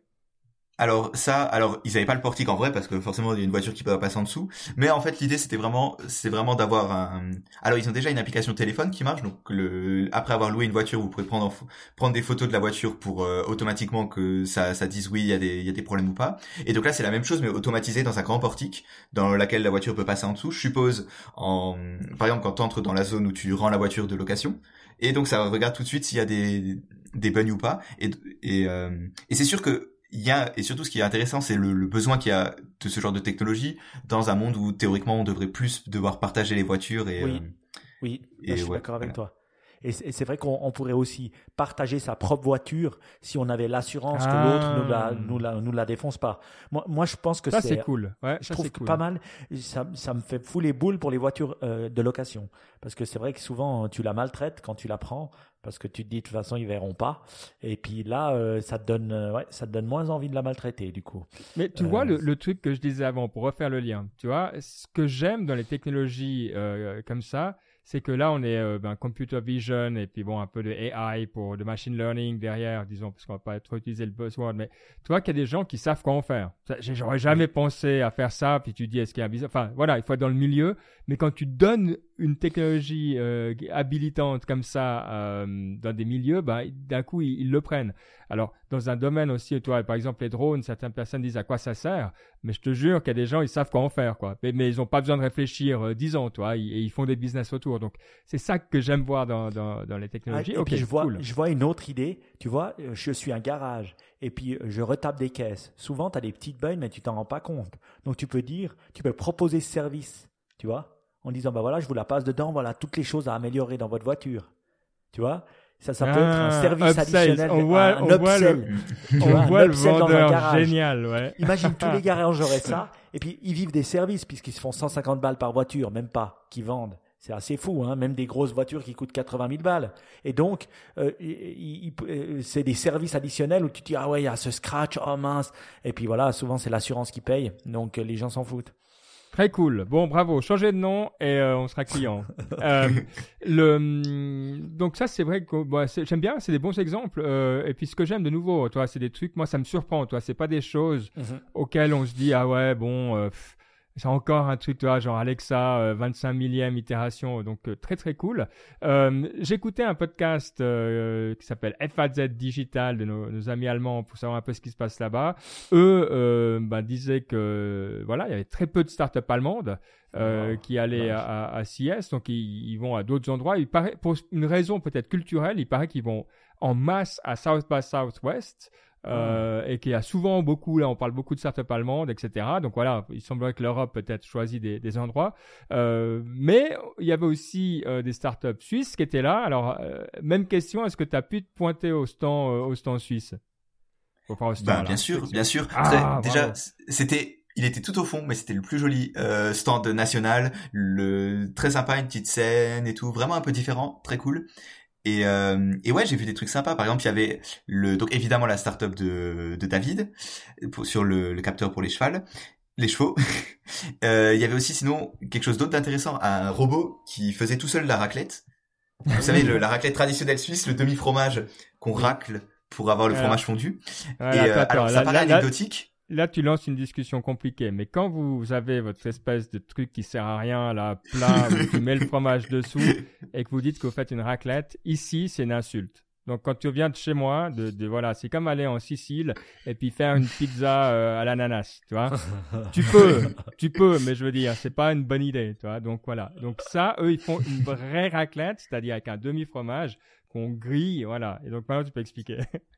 [SPEAKER 3] Alors ça, alors ils avaient pas le portique en vrai parce que forcément il y a une voiture qui peut pas passer en dessous. Mais en fait l'idée c'était vraiment, c'est vraiment d'avoir un. Alors ils ont déjà une application téléphone qui marche. Donc le après avoir loué une voiture, vous pouvez prendre en... prendre des photos de la voiture pour euh, automatiquement que ça ça dise oui il y a des il y a des problèmes ou pas. Et donc là c'est la même chose mais automatisé dans un grand portique dans laquelle la voiture peut passer en dessous. Je suppose en par exemple quand tu entres dans la zone où tu rends la voiture de location. Et donc ça regarde tout de suite s'il y a des des bugs ou pas. Et et euh... et c'est sûr que il y a, et surtout ce qui est intéressant, c'est le, le besoin qu'il y a de ce genre de technologie dans un monde où théoriquement on devrait plus devoir partager les voitures et,
[SPEAKER 2] Oui.
[SPEAKER 3] euh,
[SPEAKER 2] Oui,
[SPEAKER 3] Et
[SPEAKER 2] là, je suis
[SPEAKER 3] ouais,
[SPEAKER 2] d'accord avec
[SPEAKER 3] voilà.
[SPEAKER 2] toi. Et c'est et c'est vrai qu'on on pourrait aussi partager sa propre voiture si on avait l'assurance
[SPEAKER 1] Ah.
[SPEAKER 2] que l'autre nous la, nous, la, nous la défonce pas. Moi, moi je pense que
[SPEAKER 1] Ça, c'est
[SPEAKER 2] c'est
[SPEAKER 1] cool. Ouais,
[SPEAKER 2] je
[SPEAKER 1] ça,
[SPEAKER 2] trouve
[SPEAKER 1] c'est
[SPEAKER 2] que
[SPEAKER 1] cool.
[SPEAKER 2] pas mal. Ça, ça me fait fou les boules pour les voitures euh, de location. Parce que c'est vrai que souvent, tu la maltraites quand tu la prends. Parce que tu te dis, de toute façon, ils verront pas. Et puis là, euh, ça te donne, euh, ouais, ça te donne moins envie de la maltraiter, du coup.
[SPEAKER 1] Mais tu
[SPEAKER 2] Euh,
[SPEAKER 1] vois le, le truc que je disais avant, pour refaire le lien, tu vois, ce que j'aime dans les technologies euh, comme ça, c'est que là on est euh, ben, computer vision et puis bon un peu de A I pour de machine learning derrière, disons, parce qu'on va pas trop utiliser le buzzword, mais tu vois qu'il y a des gens qui savent quoi en faire. Ça, j'ai- J'aurais jamais pensé à faire ça, puis tu dis est-ce qu'il y a un business, enfin voilà, il faut être dans le milieu, mais quand tu donnes une technologie euh, habilitante comme ça euh, dans des milieux, ben, d'un coup ils, ils le prennent. Alors, dans un domaine aussi, toi, par exemple, les drones, certaines personnes disent à quoi ça sert, mais je te jure qu'il y a des gens, ils savent quoi en faire, quoi. Mais, mais ils n'ont pas besoin de réfléchir euh, dix ans, toi, et ils font des business autour. Donc, c'est ça que j'aime voir dans, dans, dans les technologies.
[SPEAKER 2] Ah, et
[SPEAKER 1] ok,
[SPEAKER 2] puis je vois,
[SPEAKER 1] cool.
[SPEAKER 2] je vois une autre idée. Tu vois, euh, je suis un garage et puis euh, je retape des caisses. Souvent, tu as des petites bugs, mais tu t'en rends pas compte. Donc, tu peux dire, tu peux proposer ce service, tu vois, en disant, bah voilà, je vous la passe dedans, voilà toutes les choses à améliorer dans votre voiture. Tu vois, Ça, ça peut être un
[SPEAKER 1] Ah,
[SPEAKER 2] service
[SPEAKER 1] upsell.
[SPEAKER 2] additionnel,
[SPEAKER 1] On voit-
[SPEAKER 2] un
[SPEAKER 1] on voit
[SPEAKER 2] upsell.
[SPEAKER 1] On
[SPEAKER 2] Tu vois, un
[SPEAKER 1] voit le
[SPEAKER 2] upsell dans un
[SPEAKER 1] vendeur
[SPEAKER 2] garage.
[SPEAKER 1] génial, ouais.
[SPEAKER 2] Imagine tous les garages auraient ça, et puis ils vivent des services puisqu'ils se font cent cinquante balles par voiture, même pas, qui vendent. C'est assez fou, hein, même des grosses voitures qui coûtent quatre-vingt mille balles. Et donc, euh, il, il, euh, c'est des services additionnels où tu te dis, ah ouais, il y a ce scratch, oh mince. Et puis voilà, souvent c'est l'assurance qui paye, donc euh, les gens s'en foutent.
[SPEAKER 1] Très cool. Bon, bravo. Changez de nom et euh, on sera client. euh, le, donc ça, c'est vrai que bon, c'est, j'aime bien. C'est des bons exemples. Euh, et puis ce que j'aime de nouveau, toi, c'est des trucs. Moi, ça me surprend. Toi, c'est pas des choses
[SPEAKER 2] Mm-hmm.
[SPEAKER 1] auxquelles on se dit ah ouais, bon, euh, pff, c'est encore un truc, toi, genre Alexa, euh, vingt-cinq millième itération. Donc euh, très très cool. Euh, j'écoutais un podcast euh, qui s'appelle F A Z Digital de nos, nos amis allemands pour savoir un peu ce qui se passe là-bas. Eux euh, bah, disaient que voilà, il y avait très peu de startups allemandes euh,
[SPEAKER 2] Wow.
[SPEAKER 1] qui allaient
[SPEAKER 2] Vache.
[SPEAKER 1] à, à, à C I S, donc ils, ils vont à d'autres endroits. Il paraît, pour une raison peut-être culturelle, il paraît qu'ils vont en masse à South by Southwest. Euh, et qu'il y a souvent beaucoup, là on parle beaucoup de startups allemandes, et cetera. Donc voilà, il semblerait que l'Europe peut-être choisit des, des endroits. Euh, mais il y avait aussi euh, des startups suisses qui étaient là. Alors, euh, même question, est-ce que tu as pu te pointer au stand, euh, au stand suisse? Enfin, au stand,
[SPEAKER 3] Bah,
[SPEAKER 1] là.
[SPEAKER 3] bien sûr, bien sûr.
[SPEAKER 1] Ah,
[SPEAKER 3] Très- déjà,
[SPEAKER 1] bravo.
[SPEAKER 3] c'était, il était tout au fond, mais c'était le plus joli euh, stand national, le très sympa, une petite scène et tout, vraiment un peu différent, très cool. Et, euh, et ouais, j'ai vu des trucs sympas. Par exemple, il y avait le, donc évidemment la startup de, de David pour, sur le, le capteur pour les chevaux, les chevaux. euh, il y avait aussi sinon quelque chose d'autre d'intéressant, un robot qui faisait tout seul la raclette. Vous savez, le, la raclette traditionnelle suisse, le demi-fromage qu'on racle pour avoir le
[SPEAKER 1] Alors,
[SPEAKER 3] fromage fondu.
[SPEAKER 1] Ouais,
[SPEAKER 3] et
[SPEAKER 1] attends,
[SPEAKER 3] euh,
[SPEAKER 1] attends,
[SPEAKER 3] alors,
[SPEAKER 1] là-
[SPEAKER 3] ça paraît
[SPEAKER 1] là- là-
[SPEAKER 3] anecdotique.
[SPEAKER 1] Là, tu lances une discussion compliquée, mais quand vous avez votre espèce de truc qui sert à rien, là, plat, où tu mets le fromage dessous, et que vous dites que vous faites une raclette, ici, c'est une insulte. Donc, quand tu viens de chez moi, de, de voilà, c'est comme aller en Sicile et puis faire une pizza euh, à l'ananas, tu vois. Tu peux, tu peux, mais je veux dire, c'est pas une bonne idée, tu vois. Donc voilà. Donc ça, eux, ils font une vraie raclette, c'est-à-dire avec un demi-fromage qu'on grille, voilà. Et donc maintenant, tu peux expliquer.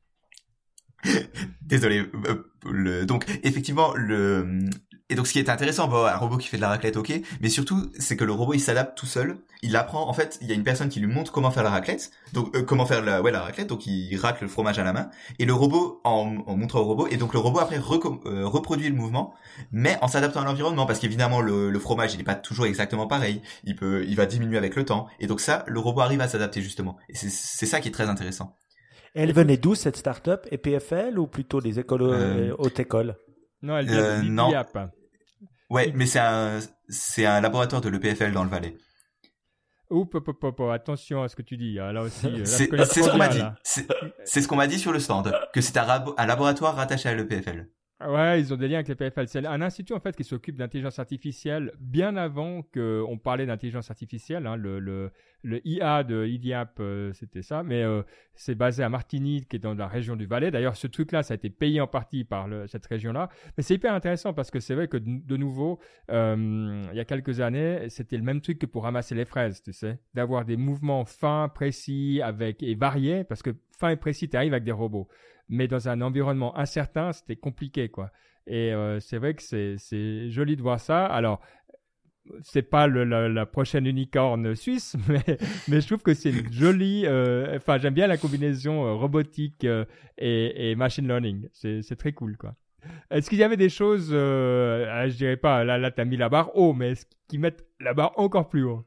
[SPEAKER 3] Désolé. euh, le, donc effectivement le et donc ce qui est intéressant, bon, un robot qui fait de la raclette, ok, mais surtout c'est que le robot il s'adapte tout seul. Il apprend en fait, il y a une personne qui lui montre comment faire la raclette, donc euh, comment faire la ouais la raclette, donc il racle le fromage à la main et le robot en, en montrant au robot et donc le robot après reco- euh, reproduit le mouvement, mais en s'adaptant à l'environnement parce qu'évidemment le, le fromage il est pas toujours exactement pareil, il peut il va diminuer avec le temps et donc ça le robot arrive à s'adapter justement et c'est c'est ça qui est très intéressant.
[SPEAKER 2] Elle venait d'où cette start-up? E P F L ou plutôt des écoles,
[SPEAKER 3] Euh,
[SPEAKER 2] euh, haute école?
[SPEAKER 1] Non, elle dit
[SPEAKER 3] Euh, non.
[SPEAKER 1] l'I A P.
[SPEAKER 3] Ouais, mais c'est un c'est un laboratoire de l'E P F L dans le Valais.
[SPEAKER 1] Oup, hop, hop, hop, attention à ce que tu dis. Là aussi, là, je
[SPEAKER 3] C'est
[SPEAKER 1] connais
[SPEAKER 3] c'est
[SPEAKER 1] trop
[SPEAKER 3] ce qu'on m'a
[SPEAKER 1] bien,
[SPEAKER 3] dit.
[SPEAKER 1] là.
[SPEAKER 3] C'est c'est ce qu'on m'a dit sur le stand, que c'est un, rabo- un laboratoire rattaché à l'E P F L.
[SPEAKER 1] Ouais, ils ont des liens avec les P F L. C'est un institut en fait qui s'occupe d'intelligence artificielle bien avant qu'on parlait d'intelligence artificielle. Hein. Le, le, le I A de I D I A P, euh, c'était ça. Mais euh, c'est basé à Martigny, qui est dans la région du Valais. D'ailleurs, ce truc-là, ça a été payé en partie par le, cette région-là. Mais c'est hyper intéressant parce que c'est vrai que de, de nouveau, euh, il y a quelques années, c'était le même truc que pour ramasser les fraises, tu sais, d'avoir des mouvements fins, précis, avec et variés, parce que fin et précis, tu arrives avec des robots. Mais dans un environnement incertain, c'était compliqué, quoi. Et euh, c'est vrai que c'est, c'est joli de voir ça. Alors, c'est pas le, la, la prochaine unicorne suisse, mais, mais je trouve que c'est une jolie... euh, Enfin, j'aime bien la combinaison euh, robotique euh, et, et machine learning. C'est, c'est très cool, quoi. Est-ce qu'il y avait des choses... Euh, ah, je dirais pas, là, là tu as mis la barre haut, mais est-ce qu'ils mettent la barre encore plus haut?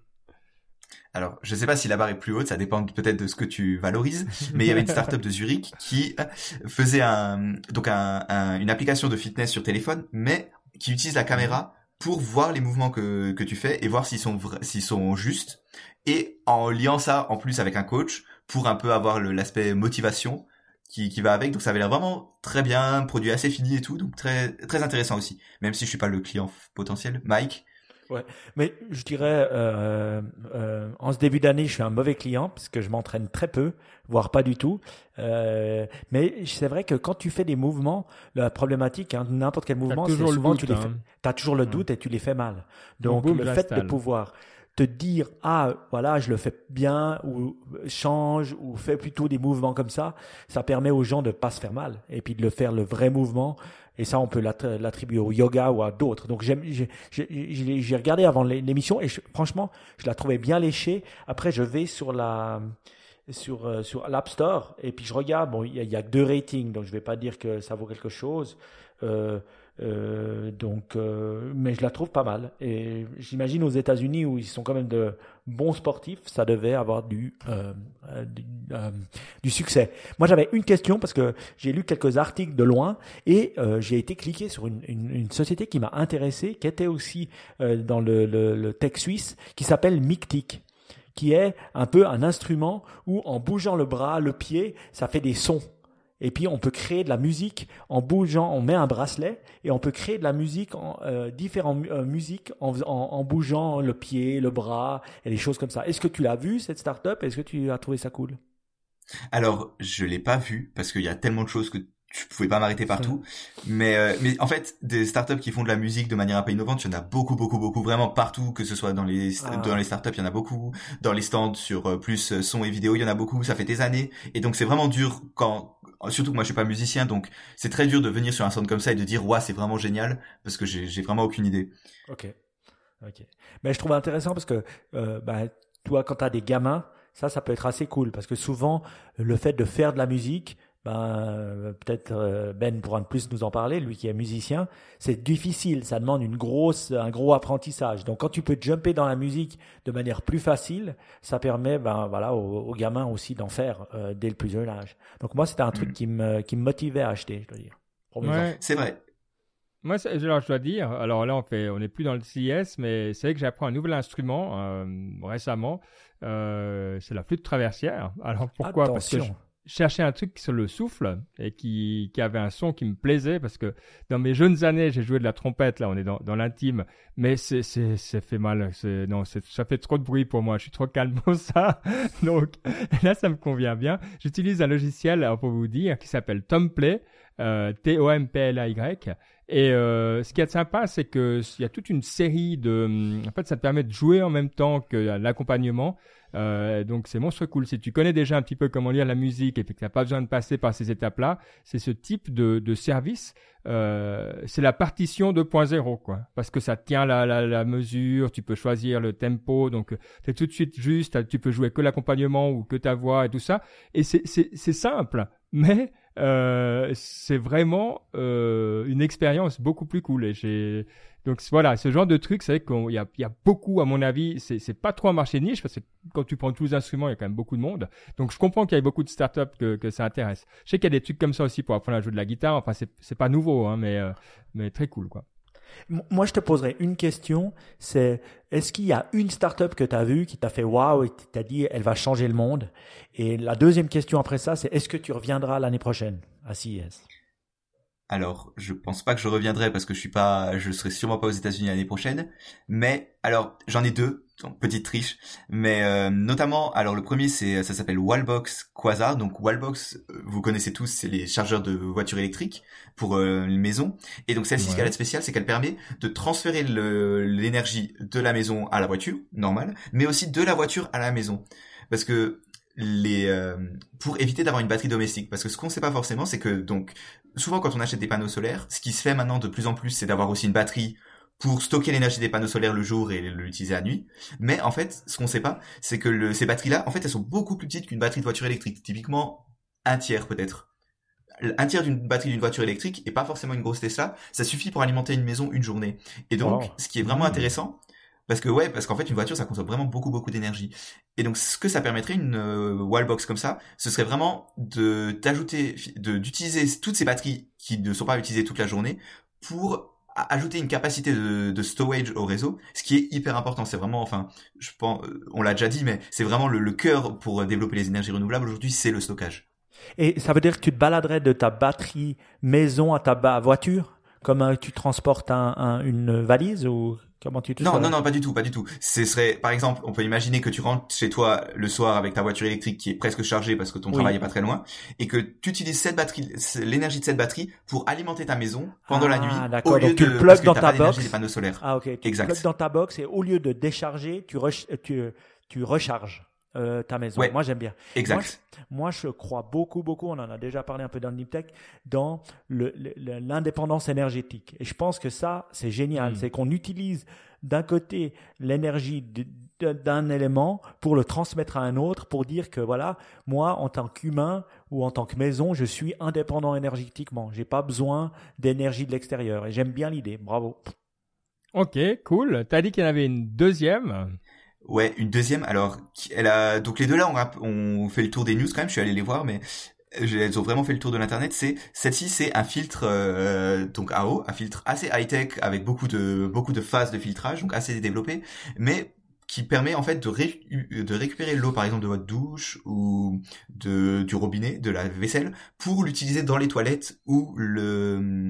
[SPEAKER 3] Alors, je sais pas si la barre est plus haute, ça dépend peut-être de ce que tu valorises, mais il y avait une startup de Zurich qui faisait un, donc un, un, une application de fitness sur téléphone, mais qui utilise la caméra pour voir les mouvements que, que tu fais et voir s'ils sont vrais, s'ils sont justes, et en liant ça en plus avec un coach pour un peu avoir le, l'aspect motivation qui, qui va avec. Donc ça avait l'air vraiment très bien, produit assez fini et tout, donc très, très intéressant aussi, même si je suis pas le client potentiel. Mike?
[SPEAKER 2] Ouais, mais je dirais, euh, euh, en ce début d'année, je suis un mauvais client parce que je m'entraîne très peu, voire pas du tout. Euh, mais c'est vrai que quand tu fais des mouvements, la problématique, hein, n'importe quel mouvement, c'est souvent
[SPEAKER 1] doute,
[SPEAKER 2] tu les
[SPEAKER 1] hein.
[SPEAKER 2] fais. T'as toujours le
[SPEAKER 1] Ouais.
[SPEAKER 2] doute et tu les fais mal. Donc
[SPEAKER 1] boum,
[SPEAKER 2] le fait de
[SPEAKER 1] j'installe.
[SPEAKER 2] pouvoir te dire ah voilà je le fais bien ou change ou fais plutôt des mouvements comme ça, ça permet aux gens de pas se faire mal et puis de le faire le vrai mouvement. Et ça, on peut l'attr- l'attribuer au yoga ou à d'autres. Donc, j'aime, j'ai, j'ai, j'ai j'ai regardé avant l'é- l'émission et je- franchement, je la trouvais bien léchée. Après, je vais sur la, sur euh, sur l'App Store et puis je regarde. Bon, il y, y a que deux ratings, donc je vais pas dire que ça vaut quelque chose. Euh, euh, donc, euh, mais je la trouve pas mal. Et j'imagine aux États-Unis où ils sont quand même de bons sportifs, ça devait avoir du euh, euh, du, euh, du succès. Moi, j'avais une question parce que j'ai lu quelques articles de loin et euh, j'ai été cliqué sur une, une, une société qui m'a intéressé, qui était aussi euh, dans le, le, le tech suisse, qui s'appelle Mictic, qui est un peu un instrument où en bougeant le bras, le pied, ça fait des sons. Et puis on peut créer de la musique en bougeant, on met un bracelet et on peut créer de la musique, en, euh, différentes euh, musiques en, en, en bougeant le pied, le bras et des choses comme ça. Est-ce que tu l'as vu cette start-up? Est-ce que tu as trouvé ça cool?
[SPEAKER 3] Alors, je l'ai pas vu parce qu'il y a tellement de choses que je pouvais pas m'arrêter partout. mais euh, mais en fait, des startups qui font de la musique de manière un peu innovante, il y en a beaucoup beaucoup beaucoup vraiment partout, que ce soit dans les ah. dans les startups, il y en a beaucoup, dans les stands sur euh, plus euh, son et vidéo, il y en a beaucoup, ça fait des années et donc c'est vraiment dur quand surtout que moi je suis pas musicien, donc c'est très dur de venir sur un stand comme ça et de dire ouais, c'est vraiment génial parce que j'ai j'ai vraiment aucune idée.
[SPEAKER 2] OK. OK. Mais je trouve intéressant parce que euh, bah toi quand tu as des gamins, ça ça peut être assez cool parce que souvent le fait de faire de la musique, ben peut-être Ben pourra plus nous en parler, lui qui est musicien, c'est difficile, ça demande une grosse un gros apprentissage. Donc quand tu peux jumper dans la musique de manière plus facile, ça permet ben voilà aux, aux gamins aussi d'en faire euh, dès le plus jeune âge. Donc moi c'était un truc mmh. qui me qui me motivait à acheter, je dois dire.
[SPEAKER 3] Ouais. C'est vrai.
[SPEAKER 1] Moi, alors, je dois dire, alors là, on fait, on n'est plus dans le C I S, mais c'est vrai que j'ai appris un nouvel instrument euh, récemment. Euh, c'est la flûte traversière. Alors pourquoi?
[SPEAKER 2] Attention.
[SPEAKER 1] Parce que je cherchais un truc sur le souffle et qui, qui avait un son qui me plaisait parce que dans mes jeunes années, j'ai joué de la trompette. Là, on est dans, dans l'intime, mais c'est, c'est, c'est fait mal. C'est, non, c'est, ça fait trop de bruit pour moi. Je suis trop calme pour ça. Donc là, ça me convient bien. J'utilise un logiciel, alors, pour vous dire, qui s'appelle Tomplay, euh, T O M P L A Y. Et euh, ce qui est sympa, c'est que il y a toute une série de. En fait, ça te permet de jouer en même temps que l'accompagnement. Euh, donc c'est monstre cool. Si tu connais déjà un petit peu comment lire la musique et que tu n'as pas besoin de passer par ces étapes-là, c'est ce type de, de service. Euh, c'est la partition deux point zéro, quoi. Parce que ça tient la, la, la mesure, tu peux choisir le tempo, donc tu es tout de suite juste, tu peux jouer que l'accompagnement ou que ta voix et tout ça. Et c'est, c'est, c'est simple, mais euh, c'est vraiment euh, une expérience beaucoup plus cool. Et j'ai... Donc voilà, ce genre de truc, c'est vrai qu'il y a, il y a beaucoup, à mon avis, c'est, c'est pas trop un marché de niche parce que quand tu prends tous les instruments, il y a quand même beaucoup de monde. Donc je comprends qu'il y ait beaucoup de startups que, que ça intéresse. Je sais qu'il y a des trucs comme ça aussi pour apprendre à jouer de la guitare. Enfin, c'est, c'est pas nouveau, hein, mais, euh, mais très cool, quoi.
[SPEAKER 2] Moi, je te poserais une question, c'est est-ce qu'il y a une startup que tu as vue qui t'a fait waouh et qui t'a dit elle va changer le monde? Et la deuxième question après ça, c'est est-ce que tu reviendras l'année prochaine à C I S?
[SPEAKER 3] Alors, je pense pas que je reviendrai parce que je suis pas, je serai sûrement pas aux États-Unis l'année prochaine. Mais alors, j'en ai deux, petite triche. Mais euh, notamment, alors le premier, c'est, ça s'appelle Wallbox Quasar. Donc Wallbox, vous connaissez tous, c'est les chargeurs de voitures électriques pour euh, les maisons. Et donc celle-ci, ouais. Ce qu'elle est spéciale, c'est qu'elle permet de transférer le, l'énergie de la maison à la voiture normale, mais aussi de la voiture à la maison, parce que les euh, pour éviter d'avoir une batterie domestique, parce que ce qu'on sait pas forcément, c'est que donc souvent quand on achète des panneaux solaires, ce qui se fait maintenant de plus en plus, c'est d'avoir aussi une batterie pour stocker l'énergie des panneaux solaires le jour et l'utiliser la nuit. Mais en fait, ce qu'on sait pas, c'est que le, ces batteries-là, en fait, elles sont beaucoup plus petites qu'une batterie de voiture électrique, typiquement un tiers peut-être. Un tiers d'une batterie d'une voiture électrique et pas forcément une grosse Tesla, ça suffit pour alimenter une maison une journée. Et donc, wow. Ce qui est vraiment mmh. intéressant, parce que ouais, parce qu'en fait une voiture ça consomme vraiment beaucoup beaucoup d'énergie. Et donc ce que ça permettrait une euh, wallbox comme ça, ce serait vraiment de d'ajouter de d'utiliser toutes ces batteries qui ne sont pas utilisées toute la journée pour ajouter une capacité de, de storage au réseau, ce qui est hyper important. C'est vraiment, enfin, je pense, on l'a déjà dit, mais c'est vraiment le, le cœur pour développer les énergies renouvelables aujourd'hui, c'est le stockage.
[SPEAKER 2] Et ça veut dire que tu te baladerais de ta batterie maison à ta ba- voiture, comme euh, tu transportes un, un, une valise ou comment tu te
[SPEAKER 3] Non,
[SPEAKER 2] ferais?
[SPEAKER 3] non, non, pas du tout, pas du tout. Ce serait, par exemple, on peut imaginer que tu rentres chez toi le soir avec ta voiture électrique qui est presque chargée parce que ton oui. travail est pas très loin, et que tu utilises cette batterie, l'énergie de cette batterie pour alimenter ta maison pendant
[SPEAKER 2] ah,
[SPEAKER 3] la nuit.
[SPEAKER 2] D'accord.
[SPEAKER 3] Au lieu
[SPEAKER 2] Donc tu
[SPEAKER 3] de,
[SPEAKER 2] le plugues dans ta box.
[SPEAKER 3] Des panneaux solaires.
[SPEAKER 2] Ah ok. Tu
[SPEAKER 3] exact.
[SPEAKER 2] le plugues dans ta box et au lieu de décharger, tu re- tu tu recharges. Euh, ta maison.
[SPEAKER 3] Ouais,
[SPEAKER 2] moi, j'aime bien.
[SPEAKER 3] Exact.
[SPEAKER 2] Moi je, moi, je crois beaucoup, beaucoup, on en a déjà parlé un peu dans le Niptech, dans le, le, l'indépendance énergétique. Et je pense que ça, c'est génial. Mmh. C'est qu'on utilise d'un côté l'énergie de, d'un élément pour le transmettre à un autre, pour dire que voilà, moi, en tant qu'humain ou en tant que maison, je suis indépendant énergétiquement. J'ai pas besoin d'énergie de l'extérieur. Et j'aime bien l'idée. Bravo.
[SPEAKER 1] Ok, cool. T'as dit qu'il y en avait une deuxième.
[SPEAKER 3] Ouais, une deuxième. Alors, elle a donc les deux là, on, rap... on fait le tour des news quand même. Je suis allé les voir, mais elles ont vraiment fait le tour de l'internet. C'est celle-ci, c'est un filtre euh, donc A O, un filtre assez high-tech avec beaucoup de beaucoup de phases de filtrage, donc assez développé, mais qui permet en fait de, ré... de récupérer l'eau par exemple de votre douche ou de du robinet, de la vaisselle, pour l'utiliser dans les toilettes ou le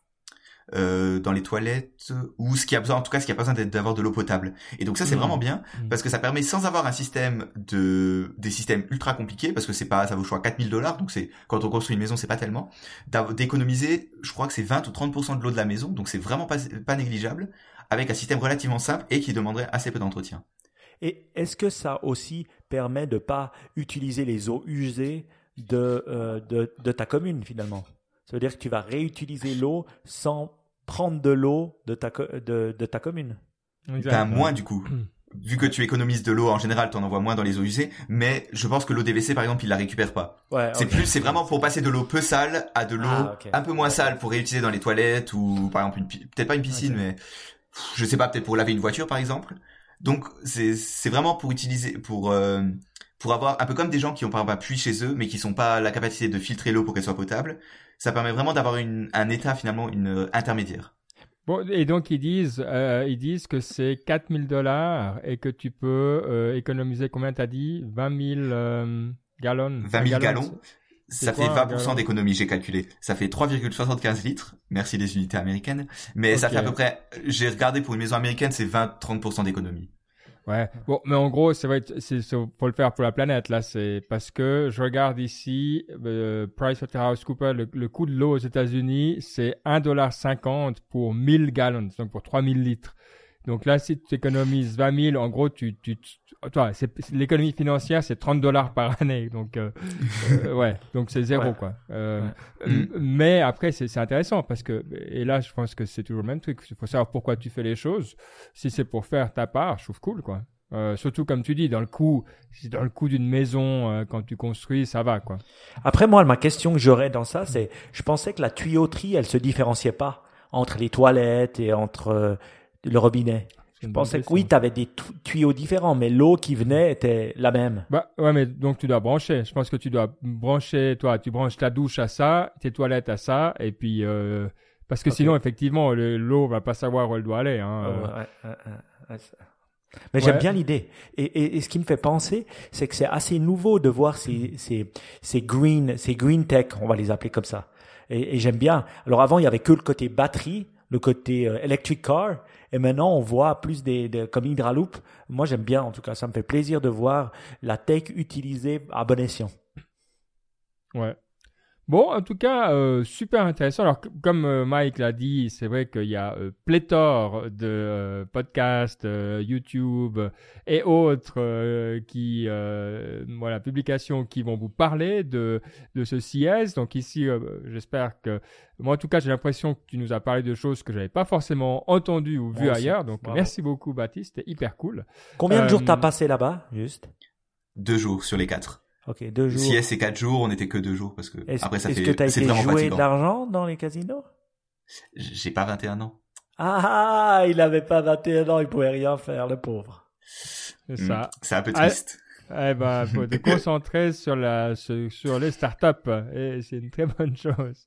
[SPEAKER 3] Euh, dans les toilettes ou ce qui a besoin, en tout cas ce qui a besoin d'avoir de l'eau potable. Et donc ça c'est mmh. vraiment bien mmh. parce que ça permet, sans avoir un système de des systèmes ultra compliqués, parce que c'est pas, ça vaut je crois quatre mille dollars, donc c'est, quand on construit une maison c'est pas tellement, d'économiser, je crois que c'est vingt ou trente pour cent de l'eau de la maison, donc c'est vraiment pas pas négligeable, avec un système relativement simple et qui demanderait assez peu d'entretien.
[SPEAKER 2] Et est-ce que ça aussi permet de pas utiliser les eaux usées de euh, de de ta commune finalement? Ça veut dire que tu vas réutiliser l'eau sans prendre de l'eau de ta, de, de ta commune.
[SPEAKER 3] Ben, moins du coup. Vu que tu économises de l'eau, en général, tu en envoies moins dans les eaux usées, mais je pense que l'eau des W C, par exemple, il la récupère pas.
[SPEAKER 2] Ouais,
[SPEAKER 3] c'est
[SPEAKER 2] okay.
[SPEAKER 3] plus, c'est vraiment pour passer de l'eau peu sale à de l'eau ah, okay. un peu moins sale pour réutiliser dans les toilettes ou, par exemple, une, peut-être pas une piscine, okay. mais je sais pas, peut-être pour laver une voiture, par exemple. Donc, c'est, c'est vraiment pour utiliser, pour, euh, pour avoir un peu comme des gens qui ont par exemple un puits chez eux, mais qui sont pas à la capacité de filtrer l'eau pour qu'elle soit potable. Ça permet vraiment d'avoir une, un état finalement, une euh, intermédiaire.
[SPEAKER 1] Bon, et donc ils disent, euh, ils disent que c'est quatre mille dollars et que tu peux euh, économiser combien t'as dit, vingt mille euh, gallons.
[SPEAKER 3] vingt mille gallons. Ça fait vingt pour cent d'économie, j'ai calculé. Ça fait trois virgule soixante-quinze litres. Merci les unités américaines. Mais okay. ça fait à peu près, j'ai regardé pour une maison américaine, c'est vingt à trente pour cent d'économie.
[SPEAKER 1] Ouais. Bon, mais en gros, c'est vrai, c'est, c'est faut le faire pour la planète là. C'est parce que je regarde ici, euh, PricewaterhouseCoopers, le, le coût de l'eau aux États-Unis, c'est un dollar cinquante pour mille gallons, donc pour trois mille litres. Donc là, si tu économises vingt mille, en gros, tu, tu, tu toi, c'est, c'est, l'économie financière, c'est trente dollars par année. Donc, euh, euh, ouais, donc c'est zéro, ouais. quoi. Euh, ouais. m- mais après, c'est, c'est intéressant parce que, et là, je pense que c'est toujours le même truc. Il faut savoir pourquoi tu fais les choses. Si c'est pour faire ta part, je trouve cool, quoi. Euh, surtout comme tu dis, dans le coût, dans le coût d'une maison, euh, quand tu construis, ça va, quoi.
[SPEAKER 2] Après, moi, ma question que j'aurais dans ça, c'est, je pensais que la tuyauterie, elle se différenciait pas entre les toilettes et entre euh, le robinet. Je pensais que oui, tu avais des tu- tuyaux différents, mais l'eau qui venait était la même.
[SPEAKER 1] Bah ouais, mais donc tu dois brancher. Je pense que tu dois brancher, toi, tu branches ta douche à ça, tes toilettes à ça, et puis euh, parce que okay. sinon, effectivement, le, l'eau va pas savoir où elle doit aller. Hein,
[SPEAKER 2] oh,
[SPEAKER 1] euh.
[SPEAKER 2] ouais, ouais, ouais, ouais. Mais ouais. J'aime bien l'idée. Et, et, et ce qui me fait penser, c'est que c'est assez nouveau de voir ces, ces, ces green, ces green tech, on va les appeler comme ça. Et, et j'aime bien. Alors avant, il y avait que le côté batterie, le côté euh, electric car, et maintenant on voit plus des, des comme Hydraloop. Moi j'aime bien, en tout cas, ça me fait plaisir de voir la tech utilisée à bon escient.
[SPEAKER 1] Ouais. Bon, en tout cas, euh, super intéressant. Alors, c- comme euh, Mike l'a dit, c'est vrai qu'il y a euh, pléthore de euh, podcasts, euh, YouTube euh, et autres euh, qui, euh, voilà, publications qui vont vous parler de de ce C E S. Donc ici, euh, j'espère que, moi en tout cas, j'ai l'impression que tu nous as parlé de choses que j'avais pas forcément entendues ou vues
[SPEAKER 2] Bon,
[SPEAKER 1] ailleurs. Donc
[SPEAKER 2] bravo.
[SPEAKER 1] Merci beaucoup, Baptiste, c'était hyper cool.
[SPEAKER 2] Combien de
[SPEAKER 1] Euh,
[SPEAKER 2] jours t'as passé là-bas, juste?
[SPEAKER 3] Deux jours sur les quatre.
[SPEAKER 2] Ok, deux jours.
[SPEAKER 3] Si c'est quatre jours, on n'était que deux jours parce que
[SPEAKER 2] Est-ce,
[SPEAKER 3] après ça
[SPEAKER 2] est-ce
[SPEAKER 3] fait,
[SPEAKER 2] que t'as
[SPEAKER 3] c'est
[SPEAKER 2] été
[SPEAKER 3] vraiment
[SPEAKER 2] jouer
[SPEAKER 3] fatigant.
[SPEAKER 2] de l'argent dans les casinos?
[SPEAKER 3] J'ai pas vingt et un ans.
[SPEAKER 2] Ah, il avait pas vingt et un ans, il pouvait rien faire, le pauvre.
[SPEAKER 1] C'est ça.
[SPEAKER 3] Mmh, c'est un peu triste.
[SPEAKER 1] Ah, eh ben, faut te concentrer sur la, sur, sur les startups et c'est une très bonne chose.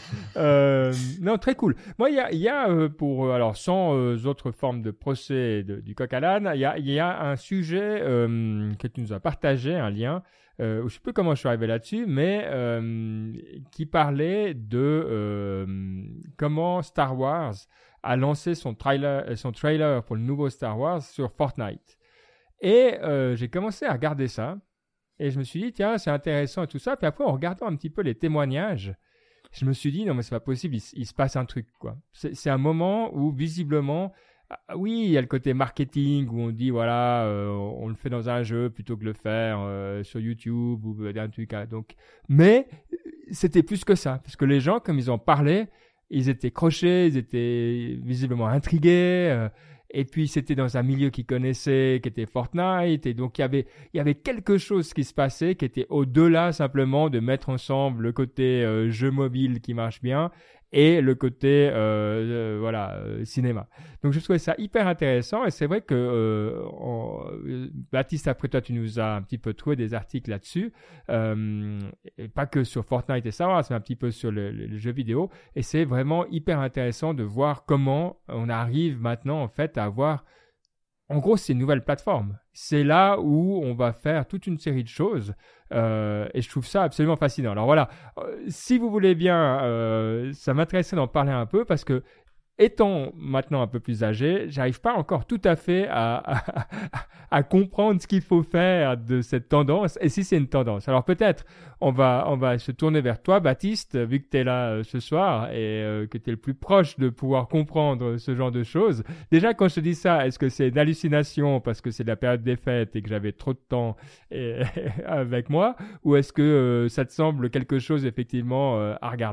[SPEAKER 1] euh, non, très cool. Moi, il y a, il y a euh, pour euh, alors sans euh, autres formes de procès de, du coq à l'âne, il y a, il y a un sujet euh, que tu nous as partagé, un lien. Euh, je sais plus comment je suis arrivé là-dessus, mais euh, qui parlait de euh, comment Star Wars a lancé son trailer, son trailer pour le nouveau Star Wars sur Fortnite. Et euh, j'ai commencé à regarder ça, et je me suis dit tiens c'est intéressant et tout ça. Puis après en regardant un petit peu les témoignages, je me suis dit non mais c'est pas possible, il, il se passe un truc quoi. C'est, c'est un moment où visiblement ah, oui il y a le côté marketing où on dit voilà euh, on le fait dans un jeu plutôt que le faire euh, sur YouTube ou un truc hein, donc mais c'était plus que ça parce que les gens comme ils en parlaient ils étaient crochés, ils étaient visiblement intrigués euh, Et puis, c'était dans un milieu qu'il connaissait, qui était Fortnite. Et donc, il y avait, il y avait quelque chose qui se passait qui était au-delà simplement de mettre ensemble le côté euh, jeu mobile qui marche bien et le côté euh, euh, voilà euh, cinéma. Donc je trouvais ça hyper intéressant et c'est vrai que euh, on, Baptiste, après toi tu nous as un petit peu trouvé des articles là-dessus, euh, et pas que sur Fortnite et ça, c'est un petit peu sur le, le, le jeu vidéo et c'est vraiment hyper intéressant de voir comment on arrive maintenant en fait à avoir, en gros c'est une nouvelle plateforme. C'est là où on va faire toute une série de choses euh, et je trouve ça absolument fascinant. Alors voilà, euh, si vous voulez bien, euh, ça m'intéresserait d'en parler un peu parce que étant maintenant un peu plus âgé, j'arrive pas encore tout à fait à, à, à comprendre ce qu'il faut faire de cette tendance et si c'est une tendance. Alors peut-être on va, on va se tourner vers toi, Baptiste, vu que tu es là euh, ce soir et euh, que tu es le plus proche de pouvoir comprendre ce genre de choses. Déjà, quand je te dis ça, est-ce que c'est une hallucination parce que c'est la période des fêtes et que j'avais trop de temps et, avec moi ou est-ce que euh, ça te semble quelque chose effectivement euh, à regarder ?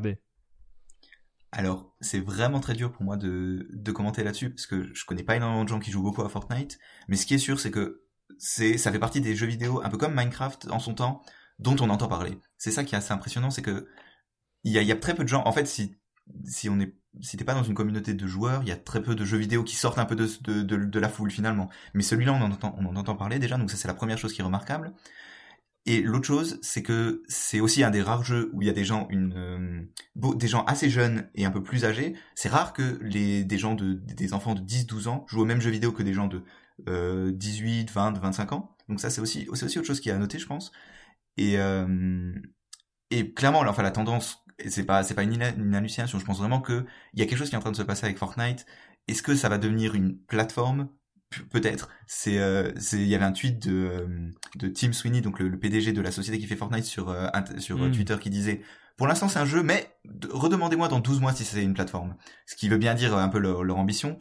[SPEAKER 3] Alors, c'est vraiment très dur pour moi de, de commenter là-dessus, parce que je connais pas énormément de gens qui jouent beaucoup à Fortnite, mais ce qui est sûr, c'est que c'est, ça fait partie des jeux vidéo, un peu comme Minecraft en son temps, dont on entend parler. C'est ça qui est assez impressionnant, c'est que il y a, il y a très peu de gens, en fait, si, si on est, si t'es pas dans une communauté de joueurs, il y a très peu de jeux vidéo qui sortent un peu de, de, de, de la foule finalement. Mais celui-là, on en entend, on en entend parler déjà, donc ça c'est la première chose qui est remarquable. Et l'autre chose, c'est que c'est aussi un des rares jeux où il y a des gens, une, euh, beau, des gens assez jeunes et un peu plus âgés. C'est rare que les, des gens de, des enfants de dix, douze ans jouent au même jeu vidéo que des gens de euh, dix-huit, vingt, vingt-cinq ans. Donc ça, c'est aussi, c'est aussi autre chose qui est à noter, je pense. Et, euh, et clairement, là, enfin, la tendance, c'est pas, c'est pas une, une hallucination. Je pense vraiment que il y a quelque chose qui est en train de se passer avec Fortnite. Est-ce que ça va devenir une plateforme? Peut-être. C'est, euh, c'est, il y avait un tweet de euh, de Tim Sweeney, donc le, le P D G de la société qui fait Fortnite sur euh, sur mm. Twitter, qui disait pour l'instant c'est un jeu, mais redemandez-moi dans douze mois si c'est une plateforme. Ce qui veut bien dire un peu leur, leur ambition.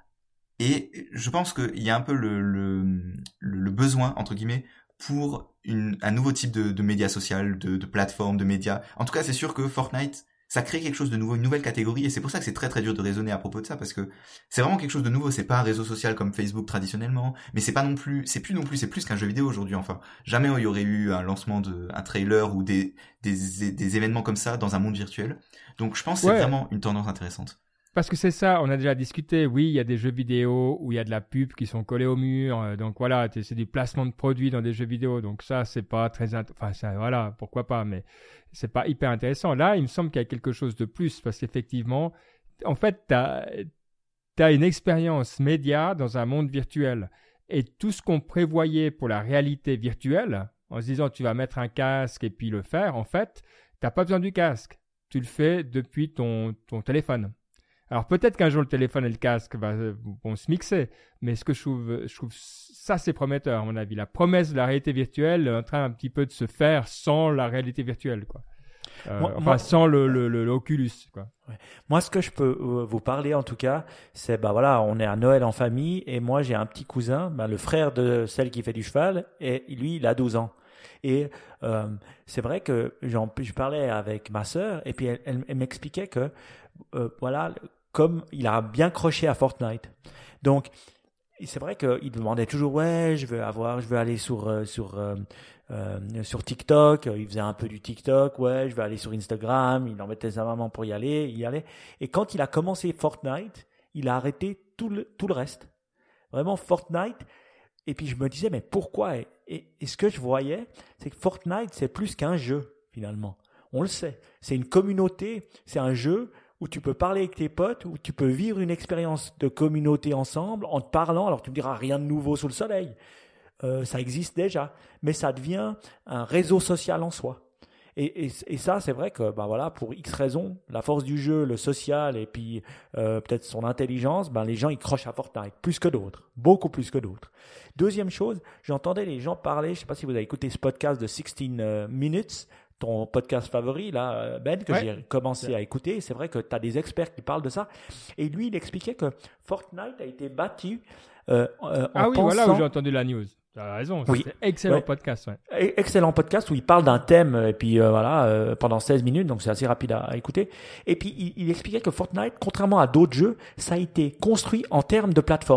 [SPEAKER 3] Et je pense qu'il y a un peu le le le besoin entre guillemets pour une un nouveau type de de média social, de de plateforme, de médias. En tout cas, c'est sûr que Fortnite, ça crée quelque chose de nouveau, une nouvelle catégorie, et c'est pour ça que c'est très très dur de raisonner à propos de ça, parce que c'est vraiment quelque chose de nouveau. C'est pas un réseau social comme Facebook traditionnellement, mais c'est pas non plus, c'est plus non plus, c'est plus qu'un jeu vidéo aujourd'hui. Enfin, jamais il y aurait eu un lancement de, un trailer ou des des des événements comme ça dans un monde virtuel. Donc je pense que c'est ouais. vraiment une tendance intéressante.
[SPEAKER 1] Parce que c'est ça, on a déjà discuté, oui, il y a des jeux vidéo où il y a de la pub qui sont collés au mur, euh, donc voilà, c'est du placement de produits dans des jeux vidéo, donc ça, c'est pas très, int- enfin, ça, voilà, pourquoi pas, mais c'est pas hyper intéressant. Là, il me semble qu'il y a quelque chose de plus, parce qu'effectivement, en fait, t'as, t'as une expérience média dans un monde virtuel, et tout ce qu'on prévoyait pour la réalité virtuelle, en se disant tu vas mettre un casque et puis le faire, en fait, t'as pas besoin du casque, tu le fais depuis ton, ton téléphone. Alors peut-être qu'un jour le téléphone et le casque va, vont se mixer, mais ce que je trouve, je trouve ça c'est prometteur à mon avis. La promesse de la réalité virtuelle est en train un petit peu de se faire sans la réalité virtuelle, quoi. Euh, moi, enfin moi, sans le, le, le l'Oculus, quoi.
[SPEAKER 2] Ouais. Moi, ce que je peux vous parler en tout cas, c'est bah voilà, on est à Noël en famille et moi j'ai un petit cousin, bah, le frère de celle qui fait du cheval, et lui il a douze ans. Et euh, c'est vrai que j'en, je parlais avec ma sœur et puis elle, elle, elle m'expliquait que euh, voilà, comme il a bien croché à Fortnite. Donc c'est vrai qu'il demandait toujours ouais, je veux avoir, je veux aller sur euh, sur euh, euh, sur TikTok. Il faisait un peu du TikTok, ouais, je veux aller sur Instagram. Il en mettait sa maman pour y aller, il y allait. Et quand il a commencé Fortnite, il a arrêté tout le tout le reste. Vraiment Fortnite. Et puis je me disais mais pourquoi? Et, et, et ce que je voyais, c'est que Fortnite c'est plus qu'un jeu finalement. On le sait, c'est une communauté, c'est un jeu où tu peux parler avec tes potes, où tu peux vivre une expérience de communauté ensemble en te parlant. Alors tu me diras rien de nouveau sous le soleil, euh, ça existe déjà, mais ça devient un réseau social en soi. Et, et, et ça, c'est vrai que ben voilà, pour X raisons, la force du jeu, le social et puis euh, peut-être son intelligence, ben les gens ils crochent à Fortnite plus que d'autres, beaucoup plus que d'autres. Deuxième chose, j'entendais les gens parler, je ne sais pas si vous avez écouté ce podcast de seize minutes, ton podcast favori là, Ben, que ouais. j'ai commencé ouais. à écouter. C'est vrai que tu as des experts qui parlent de ça. Et lui, il expliquait que Fortnite a été battu euh, euh, en
[SPEAKER 1] Ah oui,
[SPEAKER 2] pensant...
[SPEAKER 1] voilà où j'ai entendu la news. Tu as raison,
[SPEAKER 2] oui.
[SPEAKER 1] c'est excellent
[SPEAKER 2] ouais.
[SPEAKER 1] podcast. Ouais.
[SPEAKER 2] Excellent podcast où il parle d'un thème et puis euh, voilà euh, pendant seize minutes, donc c'est assez rapide à, à écouter. Et puis il, il expliquait que Fortnite, contrairement à d'autres jeux, ça a été construit en termes de plateforme.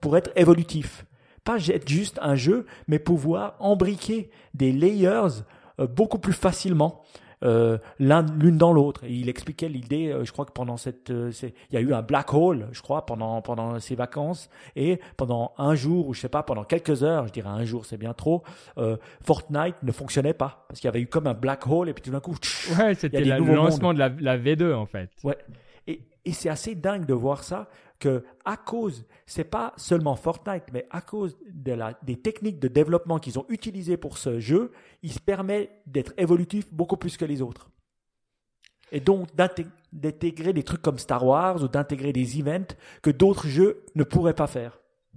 [SPEAKER 2] pour être évolutif. Pas être juste un jeu, mais pouvoir embriquer des layers euh, beaucoup plus facilement. Euh, l'un, l'une dans l'autre. Et il expliquait l'idée, euh, je crois que pendant cette, euh, c'est, il y a eu un black hole, je crois, pendant pendant ses vacances, et pendant un jour ou je sais pas, pendant quelques heures, je dirais un jour, c'est bien trop, euh, Fortnite ne fonctionnait pas parce qu'il y avait eu comme un black hole et puis tout d'un coup, tch,
[SPEAKER 1] ouais, c'était
[SPEAKER 2] il y a
[SPEAKER 1] la,
[SPEAKER 2] des
[SPEAKER 1] le
[SPEAKER 2] nouveaux
[SPEAKER 1] lancement
[SPEAKER 2] mondes.
[SPEAKER 1] de la, la V deux en fait.
[SPEAKER 2] Ouais. Et, et c'est assez dingue de voir ça, que à cause, c'est pas seulement Fortnite, mais à cause de la, des techniques de développement qu'ils ont utilisées pour ce jeu, il se permet d'être évolutif beaucoup plus que les autres. Et donc d'intégrer des trucs comme Star Wars ou d'intégrer des events que d'autres jeux ne pourraient pas faire.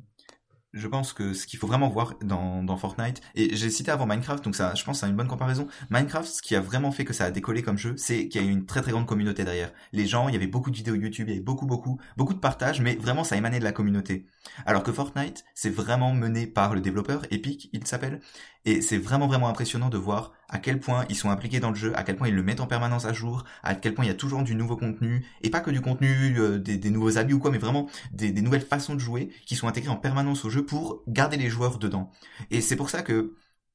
[SPEAKER 3] Je pense que ce qu'il faut vraiment voir dans, dans Fortnite, et j'ai cité avant Minecraft, donc ça, je pense que c'est une bonne comparaison. Minecraft, ce qui a vraiment fait que ça a décollé comme jeu, c'est qu'il y a eu une très très grande communauté derrière. Les gens, il y avait beaucoup de vidéos YouTube, il y avait beaucoup beaucoup, beaucoup de partages, mais vraiment ça émanait de la communauté. Alors que Fortnite, c'est vraiment mené par le développeur, Epic, il s'appelle, et c'est vraiment vraiment impressionnant de voir à quel point ils sont impliqués dans le jeu, à quel point ils le mettent en permanence à jour, à quel point il y a toujours du nouveau contenu, et pas que du contenu, euh, des, des nouveaux habits ou quoi, mais vraiment des, des nouvelles façons de jouer qui sont intégrées en permanence au jeu pour garder les joueurs dedans. Et c'est pour ça que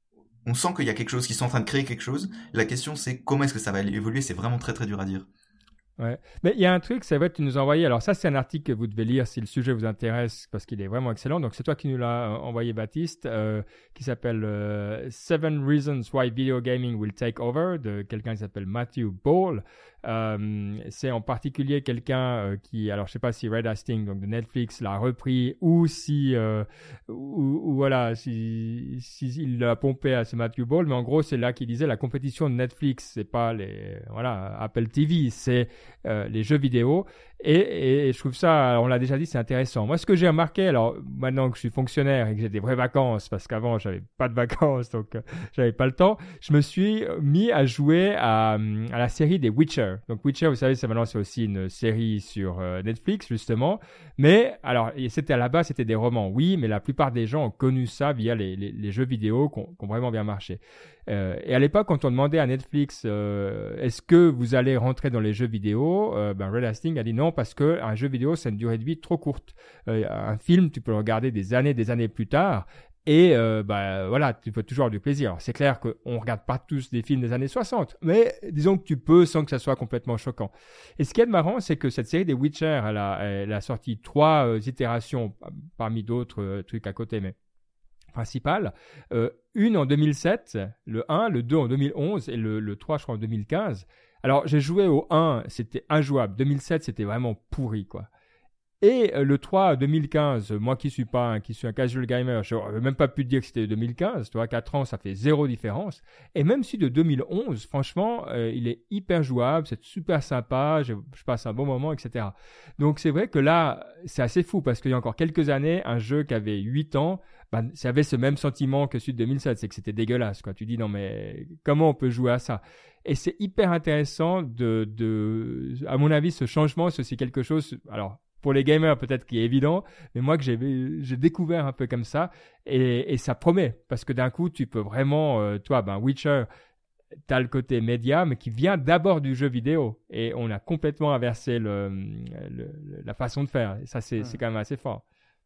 [SPEAKER 3] on sent qu'il y a quelque chose, qu'ils sont en train de créer quelque chose. La question c'est comment est-ce que ça va évoluer, c'est vraiment très très dur à dire.
[SPEAKER 1] Ouais. Mais il y a un truc, c'est vrai que tu nous as envoyé. Alors ça, c'est un article que vous devez lire si le sujet vous intéresse parce qu'il est vraiment excellent. Donc c'est toi qui nous l'as euh, envoyé, Baptiste, euh, qui s'appelle euh, Seven Reasons Why Video Gaming Will Take Over de quelqu'un qui s'appelle Matthew Ball. Euh, c'est en particulier quelqu'un euh, qui, alors je sais pas si Red Hastings donc de Netflix l'a repris ou si, euh, ou, ou voilà, si, si il l'a pompé à ce Matthew Ball. Mais en gros, c'est là qu'il disait la compétition de Netflix, c'est pas les, voilà, Apple T V, c'est Euh, les jeux vidéo et, et je trouve ça, on l'a déjà dit, c'est intéressant. Moi, ce que j'ai remarqué, alors maintenant que je suis fonctionnaire et que j'ai des vraies vacances, parce qu'avant j'avais pas de vacances, donc euh, j'avais pas le temps, je me suis mis à jouer à, à la série des Witcher. Donc Witcher, vous savez, c'est maintenant c'est aussi une série sur euh, Netflix justement. Mais alors, c'était à la base, c'était des romans, oui, mais la plupart des gens ont connu ça via les, les, les jeux vidéo qui ont, qui ont vraiment bien marché. Euh, et à l'époque, quand on demandait à Netflix, euh, est-ce que vous allez rentrer dans les jeux vidéo, euh, ben Red Hastings a dit non parce que un jeu vidéo, c'est une durée de vie trop courte. Euh, un film, tu peux le regarder des années, des années plus tard. Et euh, bah voilà, tu peux toujours avoir du plaisir. Alors, c'est clair qu'on regarde pas tous des films des années soixante, mais disons que tu peux sans que ça soit complètement choquant. Et ce qui est marrant, c'est que cette série des Witcher, elle a, elle a sorti trois euh, itérations parmi d'autres euh, trucs à côté, mais principales. Euh, une en deux mille sept, le un, le deux en deux mille onze et le, le trois, je crois, en deux mille quinze. Alors, j'ai joué au un, c'était injouable. deux mille sept, c'était vraiment pourri, quoi. Et le trois deux mille quinze, moi qui suis pas un, qui suis un casual gamer, je n'aurais même pas pu te dire que c'était deux mille quinze, tu vois, quatre ans, ça fait zéro différence. Et même si de deux mille onze, franchement, euh, il est hyper jouable, c'est super sympa, je, je passe un bon moment, et cetera. Donc c'est vrai que là, c'est assez fou parce qu'il y a encore quelques années, un jeu qui avait huit ans, ben, ça avait ce même sentiment que celui de deux mille sept, c'est que c'était dégueulasse, quoi. Tu dis non mais comment on peut jouer à ça? Et c'est hyper intéressant de, de, à mon avis, ce changement, c'est quelque chose, alors, pour les gamers, peut-être qui est évident, mais moi que j'ai, j'ai découvert un peu comme ça, et, et ça promet, parce que d'un coup, tu peux vraiment, euh, toi, ben, Witcher, t'as le côté média, mais qui vient d'abord du jeu vidéo, et on a complètement inversé le, le, la façon de faire, et ça, c'est, mmh. c'est quand même assez fort.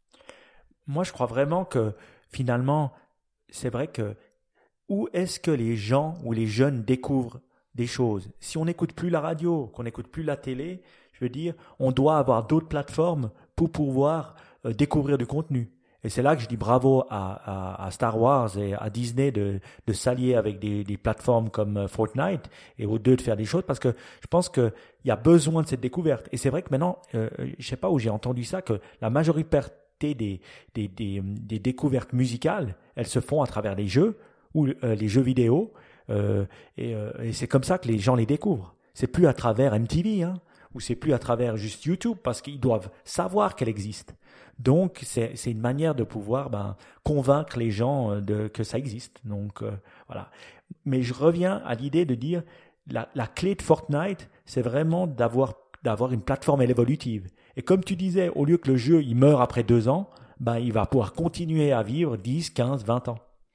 [SPEAKER 2] Moi, je crois vraiment que, finalement, c'est vrai que, où est-ce que les gens ou les jeunes découvrent des choses? Si on n'écoute plus la radio, qu'on n'écoute plus la télé, je veux dire, on doit avoir d'autres plateformes pour pouvoir euh, découvrir du contenu. Et c'est là que je dis bravo à, à, à Star Wars et à Disney de, de s'allier avec des, des plateformes comme Fortnite et aux deux de faire des choses parce que je pense qu'il y a besoin de cette découverte. Et c'est vrai que maintenant, euh, je sais pas où j'ai entendu ça, que la majorité des, des, des, des découvertes musicales, elles se font à travers les jeux ou euh, les jeux vidéo. Euh, et, euh, et c'est comme ça que les gens les découvrent. C'est plus à travers M T V, hein, ou c'est plus à travers juste YouTube, parce qu'ils doivent savoir qu'elle existe. Donc, c'est, c'est une manière de pouvoir ben, convaincre les gens de, que ça existe. Donc, euh, voilà. Mais je reviens à l'idée de dire, la, la clé de Fortnite, c'est vraiment d'avoir, d'avoir une plateforme évolutive. Et comme tu disais, au lieu que le jeu il meure après deux ans, ben, il va pouvoir continuer à vivre dix, quinze, vingt ans.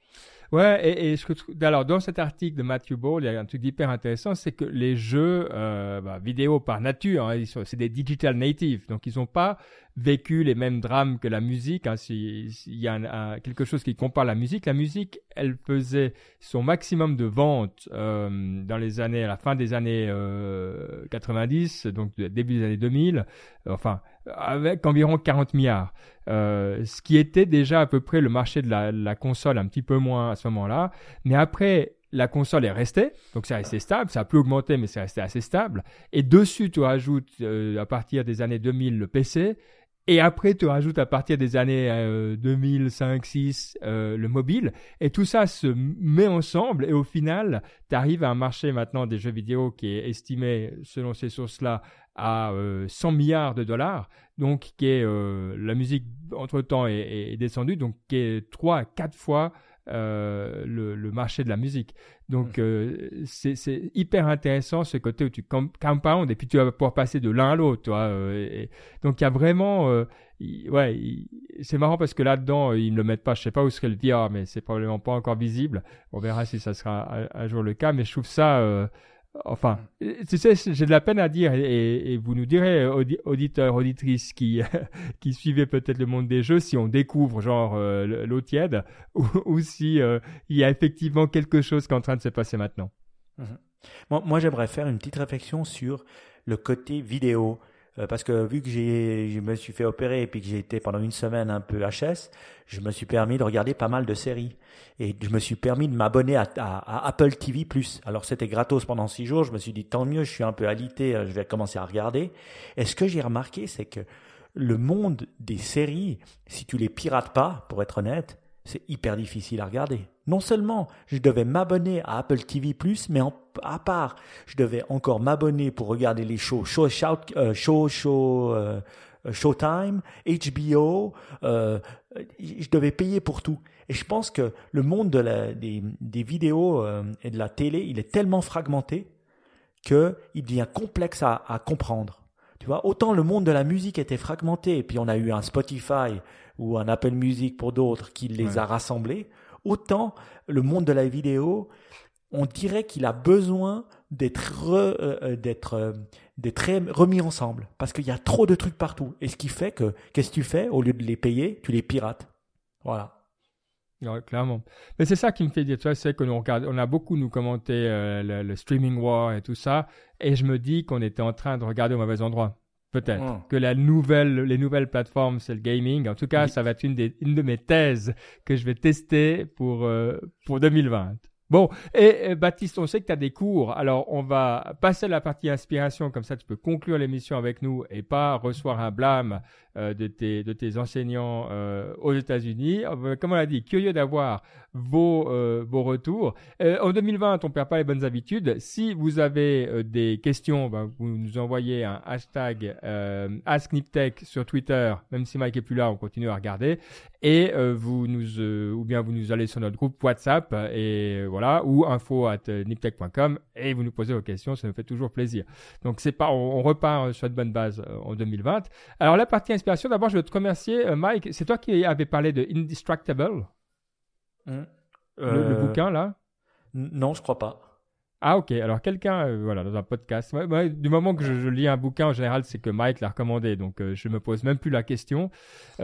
[SPEAKER 1] Ouais, et, et ce que tu- alors dans cet article de Matthew Ball, il y a un truc hyper intéressant, c'est que les jeux euh, bah, vidéo par nature, hein, ils sont, c'est des digital natives, donc ils n'ont pas vécu les mêmes drames que la musique. Hein, si- s'il y a un- un- quelque chose qui compare la musique, la musique, elle faisait son maximum de ventes euh, dans les années, à la fin des années euh, quatre-vingt-dix, donc début des années deux mille, enfin avec environ quarante milliards. Euh, ce qui était déjà à peu près le marché de la, la console, un petit peu moins à ce moment-là. Mais après, la console est restée, donc c'est resté stable. Ça a plus augmenté, mais c'est resté assez stable. Et dessus, tu rajoutes euh, à partir des années deux mille le P C. Et après, tu rajoutes à partir des années euh, deux mille cinq, six euh, le mobile. Et tout ça se met ensemble. Et au final, tu arrives à un marché maintenant des jeux vidéo qui est estimé, selon ces sources-là, à euh, cent milliards de dollars. Donc, qui est euh, la musique, entre-temps, est, est, est descendue. Donc, qui est trois à quatre fois euh, le, le marché de la musique. Donc, euh, c'est, c'est hyper intéressant ce côté où tu com- compound et puis tu vas pouvoir passer de l'un à l'autre. Tu vois, euh, et, donc, il y a vraiment... Euh, il, ouais, il, c'est marrant parce que là-dedans, ils ne le mettent pas. Je ne sais pas où serait le V R, mais c'est probablement pas encore visible. On verra si ça sera un, un jour le cas. Mais je trouve ça... Euh, Enfin, tu sais, j'ai de la peine à dire, et, et, et vous nous direz, audi- auditeurs, auditrices qui, qui suivez peut-être le monde des jeux, si on découvre genre euh, l'eau tiède, ou, ou si euh, il y a effectivement quelque chose qui est en train de se passer maintenant.
[SPEAKER 2] Mmh. Moi, moi, j'aimerais faire une petite réflexion sur le côté vidéo. Euh, parce que vu que j'ai, je me suis fait opérer et puis que j'ai été pendant une semaine un peu H S, je me suis permis de regarder pas mal de séries. Et je me suis permis de m'abonner à, à, à Apple T V plus. Alors c'était gratos pendant six jours, je me suis dit tant mieux, je suis un peu alité, je vais commencer à regarder. Et ce que j'ai remarqué, c'est que le monde des séries, si tu les pirates pas, pour être honnête, c'est hyper difficile à regarder. Non seulement je devais m'abonner à Apple T V plus, mais en, à part, je devais encore m'abonner pour regarder les shows, show, shout, euh, show, show, euh, Showtime, H B O, euh, je devais payer pour tout. Et je pense que le monde de la, des, des vidéos euh, et de la télé, il est tellement fragmenté qu'il devient complexe à, à comprendre. Tu vois, autant le monde de la musique était fragmenté, et puis on a eu un Spotify ou un Apple Music pour d'autres qui les
[SPEAKER 1] Ouais.
[SPEAKER 2] a rassemblés, autant le monde de la vidéo, on dirait qu'il a besoin d'être, re, euh, d'être, euh, d'être remis ensemble, parce qu'il y a trop de trucs partout. Et ce qui fait que, qu'est-ce que tu fais? Au lieu de les payer, tu les pirates. Voilà.
[SPEAKER 1] Ouais, clairement. Mais c'est ça qui me fait dire, tu vois, c'est que nous regarde, on a beaucoup nous commenté euh, le, le streaming war et tout ça, et je me dis qu'on était en train de regarder au mauvais endroit. Peut-être
[SPEAKER 2] Mmh.
[SPEAKER 1] que la nouvelle, les nouvelles plateformes, c'est le gaming. En tout cas,
[SPEAKER 2] Oui.
[SPEAKER 1] ça va être une, des, une de mes thèses que je vais tester pour, euh, pour deux mille vingt. Bon, et, et Baptiste, on sait que tu as des cours. Alors, on va passer à la partie inspiration, comme ça tu peux conclure l'émission avec nous et pas recevoir un blâme euh, de, tes, de tes enseignants euh, aux États-Unis. Euh, Comme on l'a dit, curieux d'avoir vos, euh, vos retours. Euh, en deux mille vingt, on ne perd pas les bonnes habitudes. Si vous avez euh, des questions, ben, vous nous envoyez un hashtag euh, AskNipTech sur Twitter. Même si Mike est plus là, on continue à regarder. Et euh, vous nous, euh, ou bien vous nous allez sur notre groupe WhatsApp et euh, voilà, ou info at niptech point com et vous nous posez vos questions, ça nous fait toujours plaisir. Donc c'est pas, on, on repart sur de bonne base euh, en deux mille vingt. Alors la partie inspiration, d'abord je veux te remercier, euh, Mike. C'est toi qui avais parlé de Indistractable,
[SPEAKER 2] Mmh.
[SPEAKER 1] le, le
[SPEAKER 2] Euh,
[SPEAKER 1] bouquin là.
[SPEAKER 2] n- Non, je crois pas.
[SPEAKER 1] Ah ok, alors quelqu'un, euh, voilà, dans un podcast, ouais, ouais, du moment que je, je lis un bouquin, en général, c'est que Mike l'a recommandé, donc euh, je me pose même plus la question.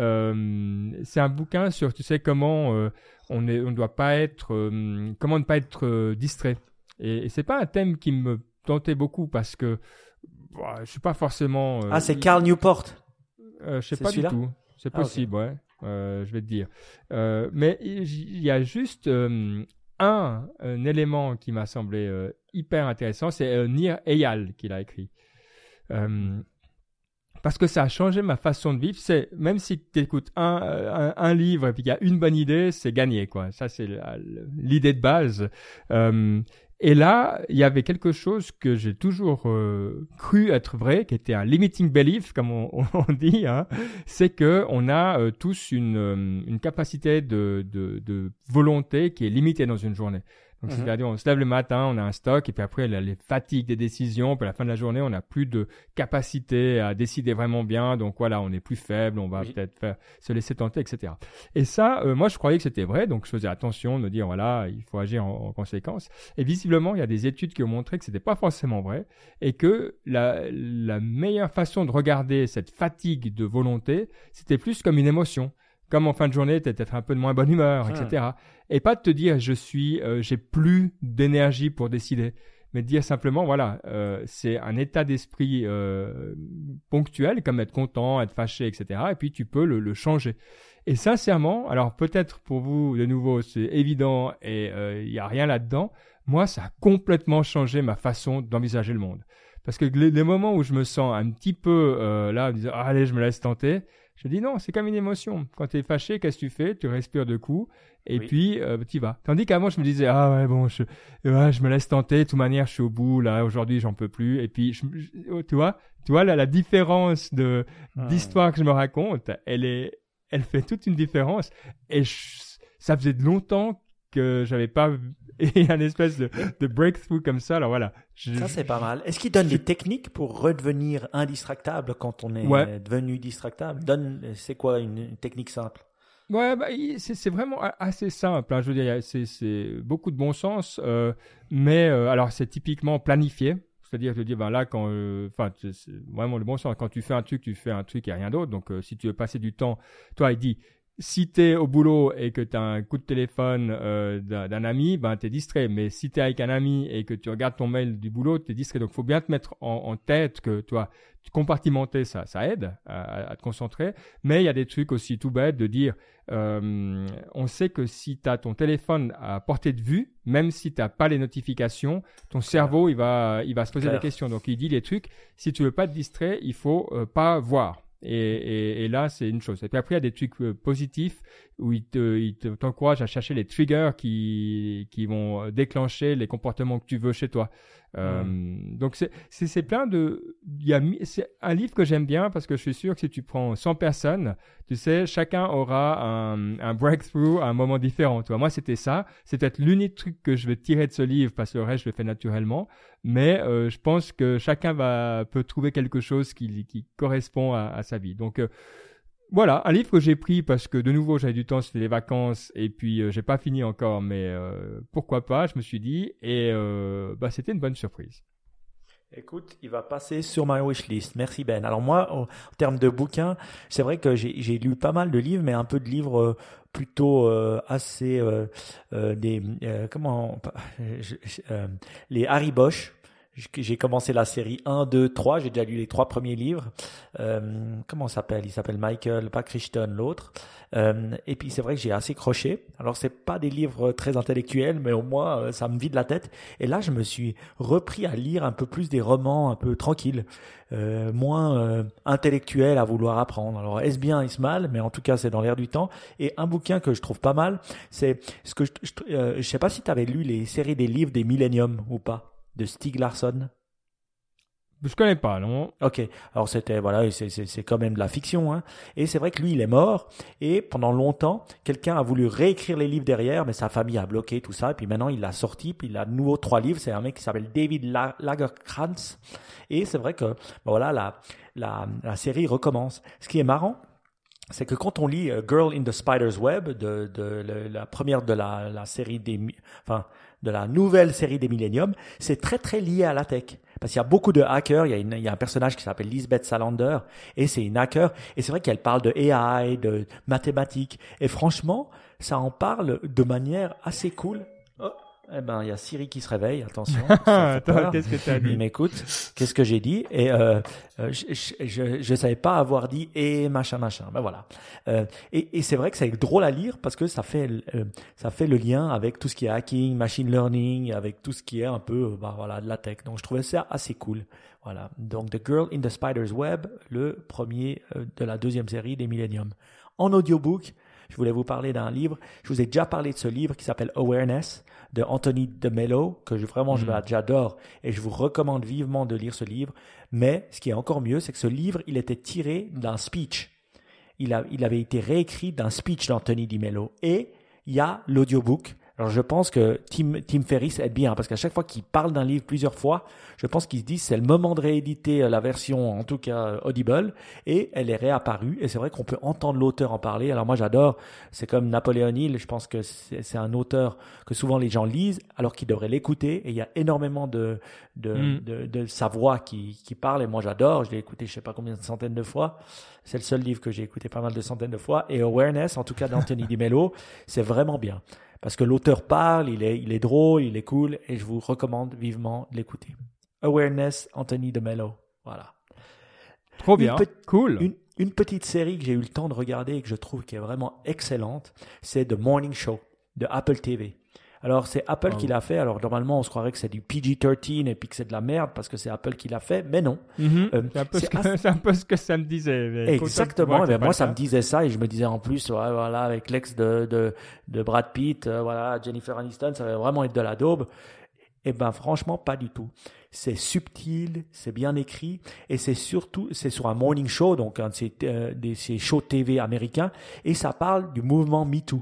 [SPEAKER 1] Euh, c'est un bouquin sur, tu sais, comment euh, on est, on ne doit pas être, euh, comment ne pas être euh, distrait. Et, et c'est pas un thème qui me tentait beaucoup parce que bah, je suis pas forcément. euh,
[SPEAKER 2] Ah, c'est
[SPEAKER 1] il-
[SPEAKER 2] Carl Newport.
[SPEAKER 1] euh, je sais
[SPEAKER 2] c'est
[SPEAKER 1] pas du
[SPEAKER 2] celui-là
[SPEAKER 1] tout. C'est
[SPEAKER 2] Ah, ok.
[SPEAKER 1] possible, ouais. Euh, je vais te dire. Euh, mais il il y a juste euh, un, un élément qui m'a semblé euh, hyper intéressant, c'est euh, Nir Eyal qui l'a écrit. Euh, parce que ça a changé ma façon de vivre. C'est même si tu écoutes un, un, un livre et puis qu'il y a une bonne idée, c'est gagné, quoi. Ça, c'est la- l'idée de base. Euh, et là, il y avait quelque chose que j'ai toujours euh, cru être vrai, qui était un limiting belief, comme on, on dit. Hein. C'est que on a euh, tous une, euh, une capacité de, de, de volonté qui est limitée dans une journée. Donc,
[SPEAKER 2] Mhm.
[SPEAKER 1] c'est-à-dire, on se lève le matin, on a un stock, et puis après, la- les fatigues des décisions, puis à la fin de la journée, on n'a plus de capacité à décider vraiment bien. Donc, voilà, on est plus faible, on va
[SPEAKER 2] Oui.
[SPEAKER 1] peut-être faire, se laisser tenter, et cetera. Et ça, euh, moi, je croyais que c'était vrai, donc je faisais attention de me dire, voilà, il faut agir en, en conséquence. Et visiblement, il y a des études qui ont montré que c'était pas forcément vrai, et que la, la meilleure façon de regarder cette fatigue de volonté, c'était plus comme une émotion. Comme en fin de journée, tu es peut-être un peu de moins bonne humeur,
[SPEAKER 2] Hmm.
[SPEAKER 1] et cetera. Et pas de te dire, je suis, euh, j'ai plus d'énergie pour décider, mais de dire simplement, voilà, euh, c'est un état d'esprit euh, ponctuel, comme être content, être fâché, et cetera. Et puis tu peux le, le changer. Et sincèrement, alors peut-être pour vous, de nouveau, c'est évident et il euh, n'y a rien là-dedans. Moi, ça a complètement changé ma façon d'envisager le monde. Parce que les, les moments où je me sens un petit peu euh, là, en disant, ah, allez, je me laisse tenter. Je dis non, c'est comme une émotion. Quand tu es fâché, qu'est-ce que tu fais? Tu respires deux coups et
[SPEAKER 2] Oui.
[SPEAKER 1] puis euh, tu y vas. Tandis qu'avant, je me disais, ah ouais, bon, je, ouais, je me laisse tenter. De toute manière, je suis au bout. Là, aujourd'hui, j'en peux plus. Et puis, je, je, tu vois, tu vois là, la différence de,
[SPEAKER 2] Hmm.
[SPEAKER 1] d'histoire que je me raconte, elle, est, elle fait toute une différence. Et je, ça faisait longtemps que j'avais pas et un espèce de, de breakthrough comme ça. Alors voilà. Je,
[SPEAKER 2] Ça, c'est pas mal. Est-ce qu'il donne des techniques pour redevenir indistractable quand on est
[SPEAKER 1] Ouais.
[SPEAKER 2] devenu distractable? Donne, c'est quoi une, une technique simple?
[SPEAKER 1] Ouais, bah, il- c'est, c'est vraiment a- assez simple. Hein. Je veux dire, il y a- c'est, c'est beaucoup de bon sens, euh, mais euh, alors c'est typiquement planifié. C'est-à-dire, te dire, ben là, quand, euh, enfin, c'est, c'est vraiment le bon sens. Quand tu fais un truc, tu fais un truc et rien d'autre. Donc, euh, si tu veux passer du temps, toi, il dit, si tu es au boulot et que tu as un coup de téléphone euh, d'un, d'un ami, ben tu es distrait. Mais si tu es avec un ami et que tu regardes ton mail du boulot, tu es distrait. Donc, il faut bien te mettre en, en tête que toi, compartimenter, ça, ça aide à, à te concentrer. Mais il y a des trucs aussi tout bêtes de dire, euh, on sait que si tu as ton téléphone à portée de vue, même si tu n'as pas les notifications, ton cerveau, il va, il va se poser
[SPEAKER 2] Clair.
[SPEAKER 1] des questions. Donc, il dit les trucs, si tu veux pas te distraire, il faut euh, pas voir. Et, et, et là, c'est une chose. Et puis après, il y a des trucs euh, positifs où ils te, ils te, t'encouragent à chercher les triggers qui, qui vont déclencher les comportements que tu veux chez toi. Euh,
[SPEAKER 2] Mmh.
[SPEAKER 1] Donc, c'est, c'est, c'est plein de... Il y a, c'est un livre que j'aime bien parce que je suis sûr que si tu prends cent personnes, tu sais, chacun aura un, un breakthrough à un moment différent. Tu vois, moi, c'était ça. C'est peut-être l'unique truc que je vais tirer de ce livre parce que le reste, je le fais naturellement. Mais euh, je pense que chacun va, peut trouver quelque chose qui, qui correspond à, à sa vie. Donc, euh, voilà, un livre que j'ai pris parce que de nouveau j'avais du temps, c'était les vacances et puis euh, j'ai pas fini encore, mais euh, pourquoi pas, je me suis dit et euh, bah c'était une bonne surprise.
[SPEAKER 2] Écoute, il va passer sur ma wishlist. Merci Ben. Alors moi, en, en termes de bouquins, c'est vrai que j'ai, j'ai lu pas mal de livres, mais un peu de livres euh, plutôt euh, assez euh, euh, des euh, comment je, je, euh, les Harry Bosch. J'ai commencé la série un, deux, trois. J'ai déjà lu les trois premiers livres. Euh, comment ça s'appelle? Il s'appelle Michael, pas Crichton, l'autre. Euh, et puis c'est vrai que j'ai assez croché. Alors c'est pas des livres très intellectuels, mais au moins euh, ça me vide la tête. Et là, je me suis repris à lire un peu plus des romans un peu tranquilles, euh, moins euh, intellectuels à vouloir apprendre. Alors est-ce bien, est-ce mal? Mais en tout cas, c'est dans l'air du temps. Et un bouquin que je trouve pas mal, c'est ce que je, je, euh, je sais pas si tu avais lu les séries des livres des Millennium ou pas, de Stieg Larsson.
[SPEAKER 1] Je connais pas, non.
[SPEAKER 2] Ok, alors c'était voilà, c'est c'est c'est quand même de la fiction, hein. Et c'est vrai que lui, il est mort. Et pendant longtemps, quelqu'un a voulu réécrire les livres derrière, mais sa famille a bloqué tout ça. Et puis maintenant, il l'a sorti. Puis il a de nouveau trois livres. C'est un mec qui s'appelle David La- Lagerkrantz. Et c'est vrai que ben voilà, la la la série recommence. Ce qui est marrant, c'est que quand on lit uh, Girl in the Spider's Web, de, de, de la première de la, la série des, enfin, de la nouvelle série des Millennium, c'est très très lié à la tech. Parce qu'il y a beaucoup de hackers, il y a, une, il y a un personnage qui s'appelle Lisbeth Salander, et c'est une hacker, et c'est vrai qu'elle parle de A I, de mathématiques, et franchement, ça en parle de manière assez cool. Oh. Eh ben, il y a Siri qui se réveille, attention.
[SPEAKER 1] Attends, qu'est-ce que tu as dit?
[SPEAKER 2] Il m'écoute. Qu'est-ce que j'ai dit? Et euh, je, je, je, je savais pas avoir dit et machin machin. Ben voilà. Euh, et, et c'est vrai que c'est drôle à lire parce que ça fait euh, ça fait le lien avec tout ce qui est hacking, machine learning, avec tout ce qui est un peu ben voilà de la tech. Donc je trouvais ça assez cool. Voilà. Donc The Girl in the Spider's Web, le premier euh, de la deuxième série des Millennium. En audiobook, je voulais vous parler d'un livre. Je vous ai déjà parlé de ce livre qui s'appelle Awareness de Anthony DeMello, que je, vraiment
[SPEAKER 1] Mmh.
[SPEAKER 2] je, j'adore et je vous recommande vivement de lire ce livre. Mais ce qui est encore mieux, c'est que ce livre, il était tiré d'un speech. Il, a, il avait été réécrit d'un speech d'Anthony DeMello. Et il y a l'audiobook Alors je pense que Tim, Tim Ferriss aide bien, parce qu'à chaque fois qu'il parle d'un livre plusieurs fois, je pense qu'il se dit c'est le moment de rééditer la version, en tout cas Audible, et elle est réapparue, et c'est vrai qu'on peut entendre l'auteur en parler. Alors moi j'adore, c'est comme Napoléon Hill, je pense que c'est, c'est un auteur que souvent les gens lisent, alors qu'ils devraient l'écouter, et il y a énormément de, de, mm. de, de sa voix qui, qui parle, et moi j'adore, je l'ai écouté je sais pas combien de centaines de fois, c'est le seul livre que j'ai écouté pas mal de centaines de fois, et Awareness, en tout cas d'Anthony DiMello, c'est vraiment bien. Parce que l'auteur parle, il est, il est drôle, il est cool, et je vous recommande vivement de l'écouter. Awareness, Anthony DeMello. Voilà.
[SPEAKER 1] Trop bien. Pe- cool.
[SPEAKER 2] Une, une petite série que j'ai eu le temps de regarder et que je trouve qui est vraiment excellente, c'est The Morning Show de Apple T V. Alors, c'est Apple oh. qui l'a fait. Alors, normalement, on se croirait que c'est du P G treize et puis que c'est de la merde parce que c'est Apple qui l'a fait, mais non.
[SPEAKER 1] Mm-hmm. Euh, c'est, un peu c'est, que, as... c'est un peu ce que ça me disait. Mais
[SPEAKER 2] exactement. Et ben, moi, ça me disait ça et je me disais en plus, ouais, voilà, avec l'ex de, de, de Brad Pitt, euh, voilà, Jennifer Aniston, ça va vraiment être de la daube. Eh ben, franchement, pas du tout. C'est subtil, c'est bien écrit et c'est surtout, c'est sur un morning show, donc un de ces, euh, des, ces shows T V américains et ça parle du mouvement MeToo.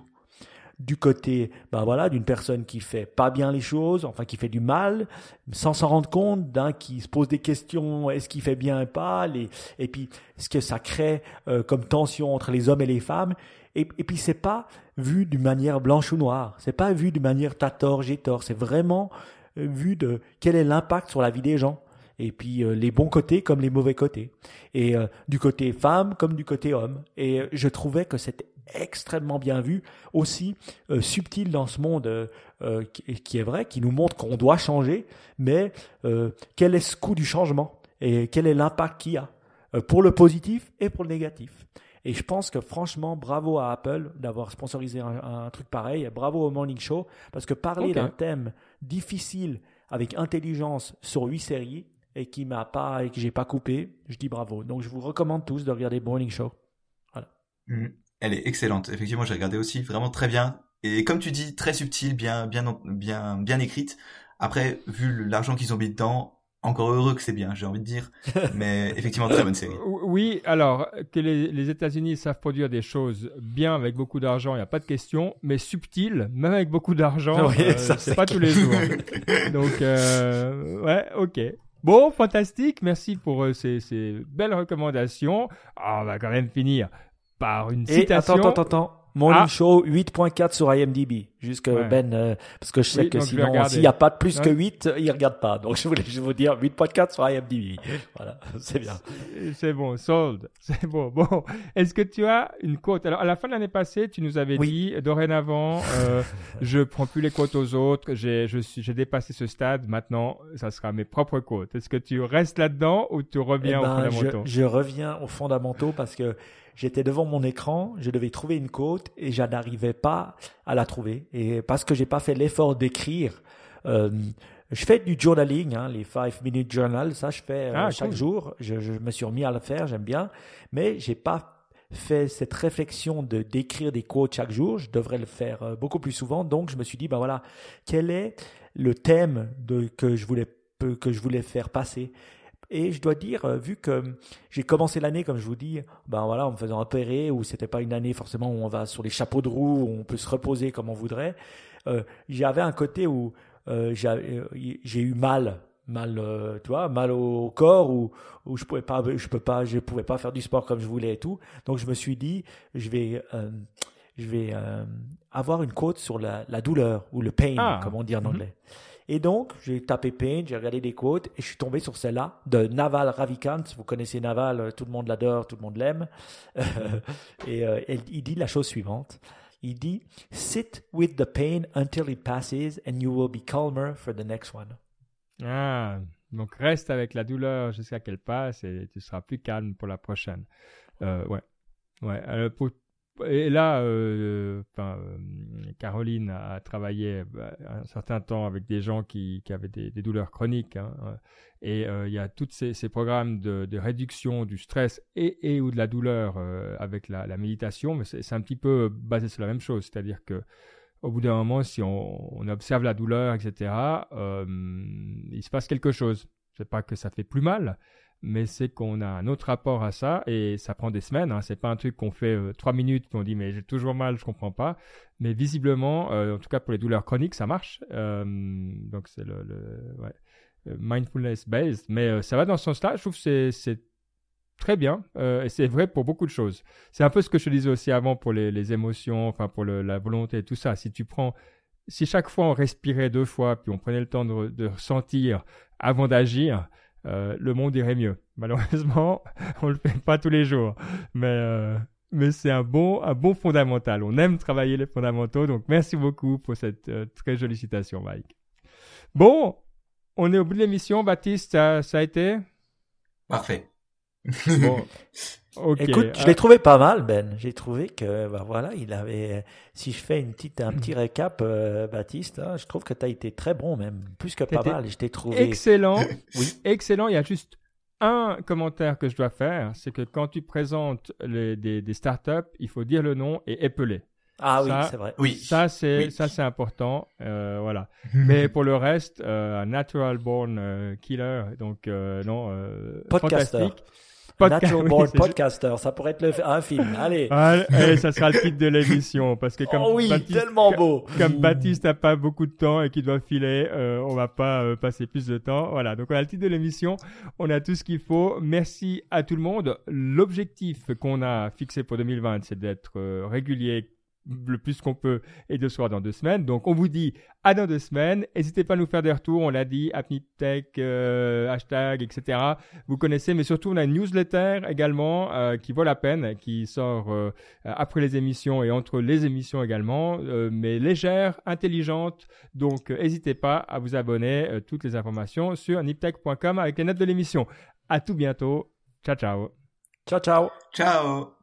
[SPEAKER 2] Du côté, ben voilà, d'une personne qui fait pas bien les choses, enfin qui fait du mal, sans s'en rendre compte, d'un qui se pose des questions, est-ce qu'il fait bien ou pas, les, et puis ce que ça crée euh, comme tension entre les hommes et les femmes, et, et puis c'est pas vu d'une manière blanche ou noire, c'est pas vu d'une manière t'as tort, j'ai tort, c'est vraiment euh, vu de quel est l'impact sur la vie des gens. Et puis euh, les bons côtés comme les mauvais côtés. Et euh, du côté femme comme du côté homme. Et euh, je trouvais que c'était extrêmement bien vu, aussi euh, subtil dans ce monde euh, euh, qui, qui est vrai, qui nous montre qu'on doit changer, mais euh, quel est ce coût du changement et quel est l'impact qu'il y a euh, pour le positif et pour le négatif. Et je pense que franchement, bravo à Apple d'avoir sponsorisé un, un truc pareil, bravo au Morning Show, parce que parler okay. d'un thème difficile avec intelligence sur huit séries, et qui m'a pas et que j'ai pas coupé, je dis bravo. Donc je vous recommande tous de regarder Morning Show. Voilà.
[SPEAKER 3] Mmh. Elle est excellente. Effectivement, j'ai regardé aussi, vraiment très bien. Et comme tu dis, très subtile, bien, bien, bien, bien écrite. Après, vu l'argent qu'ils ont mis dedans, encore heureux que c'est bien, j'ai envie de dire. Mais effectivement, très bonne série.
[SPEAKER 1] Oui, alors que les, les États-Unis savent produire des choses bien avec beaucoup d'argent, il n'y a pas de question. Mais subtil, même avec beaucoup d'argent, oui, euh, ça, c'est, c'est pas tous les jours. Donc, euh, ouais, ok. Bon, fantastique. Merci pour euh, ces, ces belles recommandations. Ah, on va quand même finir par une
[SPEAKER 2] Et
[SPEAKER 1] citation.
[SPEAKER 2] Attends, attends, attends. Morning ah. Show huit virgule quatre sur I M D B. Jusque ouais. Ben, euh, parce que je sais oui, que sinon, s'il n'y a pas de plus ouais. que huit, il ne regarde pas. Donc, je voulais juste vous dire huit virgule quatre sur I M D B. Voilà, c'est bien.
[SPEAKER 1] C'est bon, sold. C'est bon. Bon, est-ce que tu as une quote? Alors, à la fin de l'année passée, tu nous avais oui. dit, dorénavant, euh, je prends plus les quotes aux autres. J'ai, je suis, j'ai dépassé ce stade. Maintenant, ça sera mes propres quotes. Est-ce que tu restes là-dedans ou tu reviens
[SPEAKER 2] eh ben,
[SPEAKER 1] aux fondamentaux?
[SPEAKER 2] Je, je reviens aux fondamentaux parce que j'étais devant mon écran, je devais trouver une quote et je n'arrivais pas à la trouver. Et parce que j'ai pas fait l'effort d'écrire, euh, je fais du journaling, hein, les five minute journal, ça je fais euh, ah, chaque cool. jour. Je, je me suis remis à le faire, j'aime bien, mais j'ai pas fait cette réflexion de d'écrire des quotes chaque jour. Je devrais le faire euh, beaucoup plus souvent. Donc je me suis dit, ben voilà, quel est le thème de que je voulais que je voulais faire passer. Et je dois dire, vu que j'ai commencé l'année, comme je vous dis, ben voilà, en me faisant opérer, où c'était pas une année forcément où on va sur les chapeaux de roue, où on peut se reposer comme on voudrait, euh, j'avais un côté où euh, j'ai, j'ai eu mal, mal, euh, tu vois, mal au corps, où, où je pouvais pas, je peux pas, je pouvais pas faire du sport comme je voulais et tout. Donc je me suis dit, je vais, euh, je vais euh, avoir une quote sur la, la douleur ou le pain, ah. comme on dit en anglais. Mm-hmm. Et donc, j'ai tapé pain, j'ai regardé des quotes et je suis tombé sur celle-là de Naval Ravikant. Vous connaissez Naval, tout le monde l'adore, tout le monde l'aime. et euh, il dit la chose suivante. Il dit « Sit with the pain until it passes and you will be calmer for the next one. »
[SPEAKER 1] Ah, donc reste avec la douleur jusqu'à qu'elle passe et tu seras plus calme pour la prochaine. Euh, ouais, ouais. Alors, pour Et là, euh, enfin, euh, Caroline a travaillé un certain temps avec des gens qui, qui avaient des, des douleurs chroniques. Hein, et il euh, y a tous ces, ces programmes de, de réduction du stress et, et ou de la douleur euh, avec la, la méditation. Mais c'est, c'est un petit peu basé sur la même chose. C'est-à-dire que au bout d'un moment, si on, on observe la douleur, et cetera, euh, il se passe quelque chose. C'est pas que ça fait plus mal, mais c'est qu'on a un autre rapport à ça et ça prend des semaines. Hein. C'est pas un truc qu'on fait euh, trois minutes puis on dit mais j'ai toujours mal, je comprends pas. Mais visiblement, euh, en tout cas pour les douleurs chroniques, ça marche. Euh, donc c'est le, le ouais, mindfulness based, mais euh, ça va dans ce sens-là. Je trouve que c'est, c'est très bien euh, et c'est vrai pour beaucoup de choses. C'est un peu ce que je te disais aussi avant pour les, les émotions, enfin pour le, la volonté et tout ça. Si tu prends Si chaque fois on respirait deux fois, puis on prenait le temps de, de ressentir avant d'agir, euh, le monde irait mieux. Malheureusement, on le fait pas tous les jours, mais euh, mais c'est un bon un bon fondamental. On aime travailler les fondamentaux, donc merci beaucoup pour cette euh, très jolie citation, Mike. Bon, on est au bout de l'émission, Baptiste. Ça, ça a été
[SPEAKER 3] parfait.
[SPEAKER 1] Bon. Okay.
[SPEAKER 2] Écoute, je l'ai trouvé pas mal, Ben. J'ai trouvé que, bah voilà, il avait. Si je fais une petite, un petit récap, euh, Baptiste, hein, je trouve que tu as été très bon, même plus que pas
[SPEAKER 1] T'étais
[SPEAKER 2] mal. Je t'ai trouvé
[SPEAKER 1] excellent.
[SPEAKER 2] Oui.
[SPEAKER 1] Excellent. Il y a juste un commentaire que je dois faire, c'est que quand tu présentes les, des, des startups, il faut dire le nom et épeler.
[SPEAKER 2] Ah
[SPEAKER 1] ça,
[SPEAKER 2] oui, c'est vrai.
[SPEAKER 3] Oui.
[SPEAKER 1] Ça, c'est
[SPEAKER 3] oui.
[SPEAKER 1] ça, c'est important. Euh, voilà. Mais pour le reste, euh, un natural born euh, killer. Donc euh, non, euh,
[SPEAKER 2] Podcaster.
[SPEAKER 1] fantastique.
[SPEAKER 2] Podca- Natural
[SPEAKER 1] oui,
[SPEAKER 2] born
[SPEAKER 1] c'est
[SPEAKER 2] podcaster. Juste... Ça pourrait être le... un film. Allez.
[SPEAKER 1] Ah, et ça sera le titre de l'émission parce que comme
[SPEAKER 2] oh oui,
[SPEAKER 1] Baptiste,
[SPEAKER 2] tellement beau.
[SPEAKER 1] Comme Baptiste n'a pas beaucoup de temps et qu'il doit filer, euh, on va pas euh, passer plus de temps. Voilà, donc on a le titre de l'émission, on a tout ce qu'il faut. Merci à tout le monde. L'objectif qu'on a fixé pour deux mille vingt, c'est d'être euh, régulier le plus qu'on peut et de se voir dans deux semaines. Donc on vous dit à dans deux semaines. N'hésitez pas à nous faire des retours, on l'a dit, AppNipTech, euh, hashtag, et cetera. Vous connaissez, mais surtout on a une newsletter également euh, qui vaut la peine, qui sort euh, après les émissions et entre les émissions également, euh, mais légère, intelligente. Donc euh, n'hésitez pas à vous abonner. Euh, toutes les informations sur niptech point com avec les notes de l'émission. À tout bientôt. Ciao, ciao.
[SPEAKER 2] Ciao, ciao.
[SPEAKER 3] Ciao.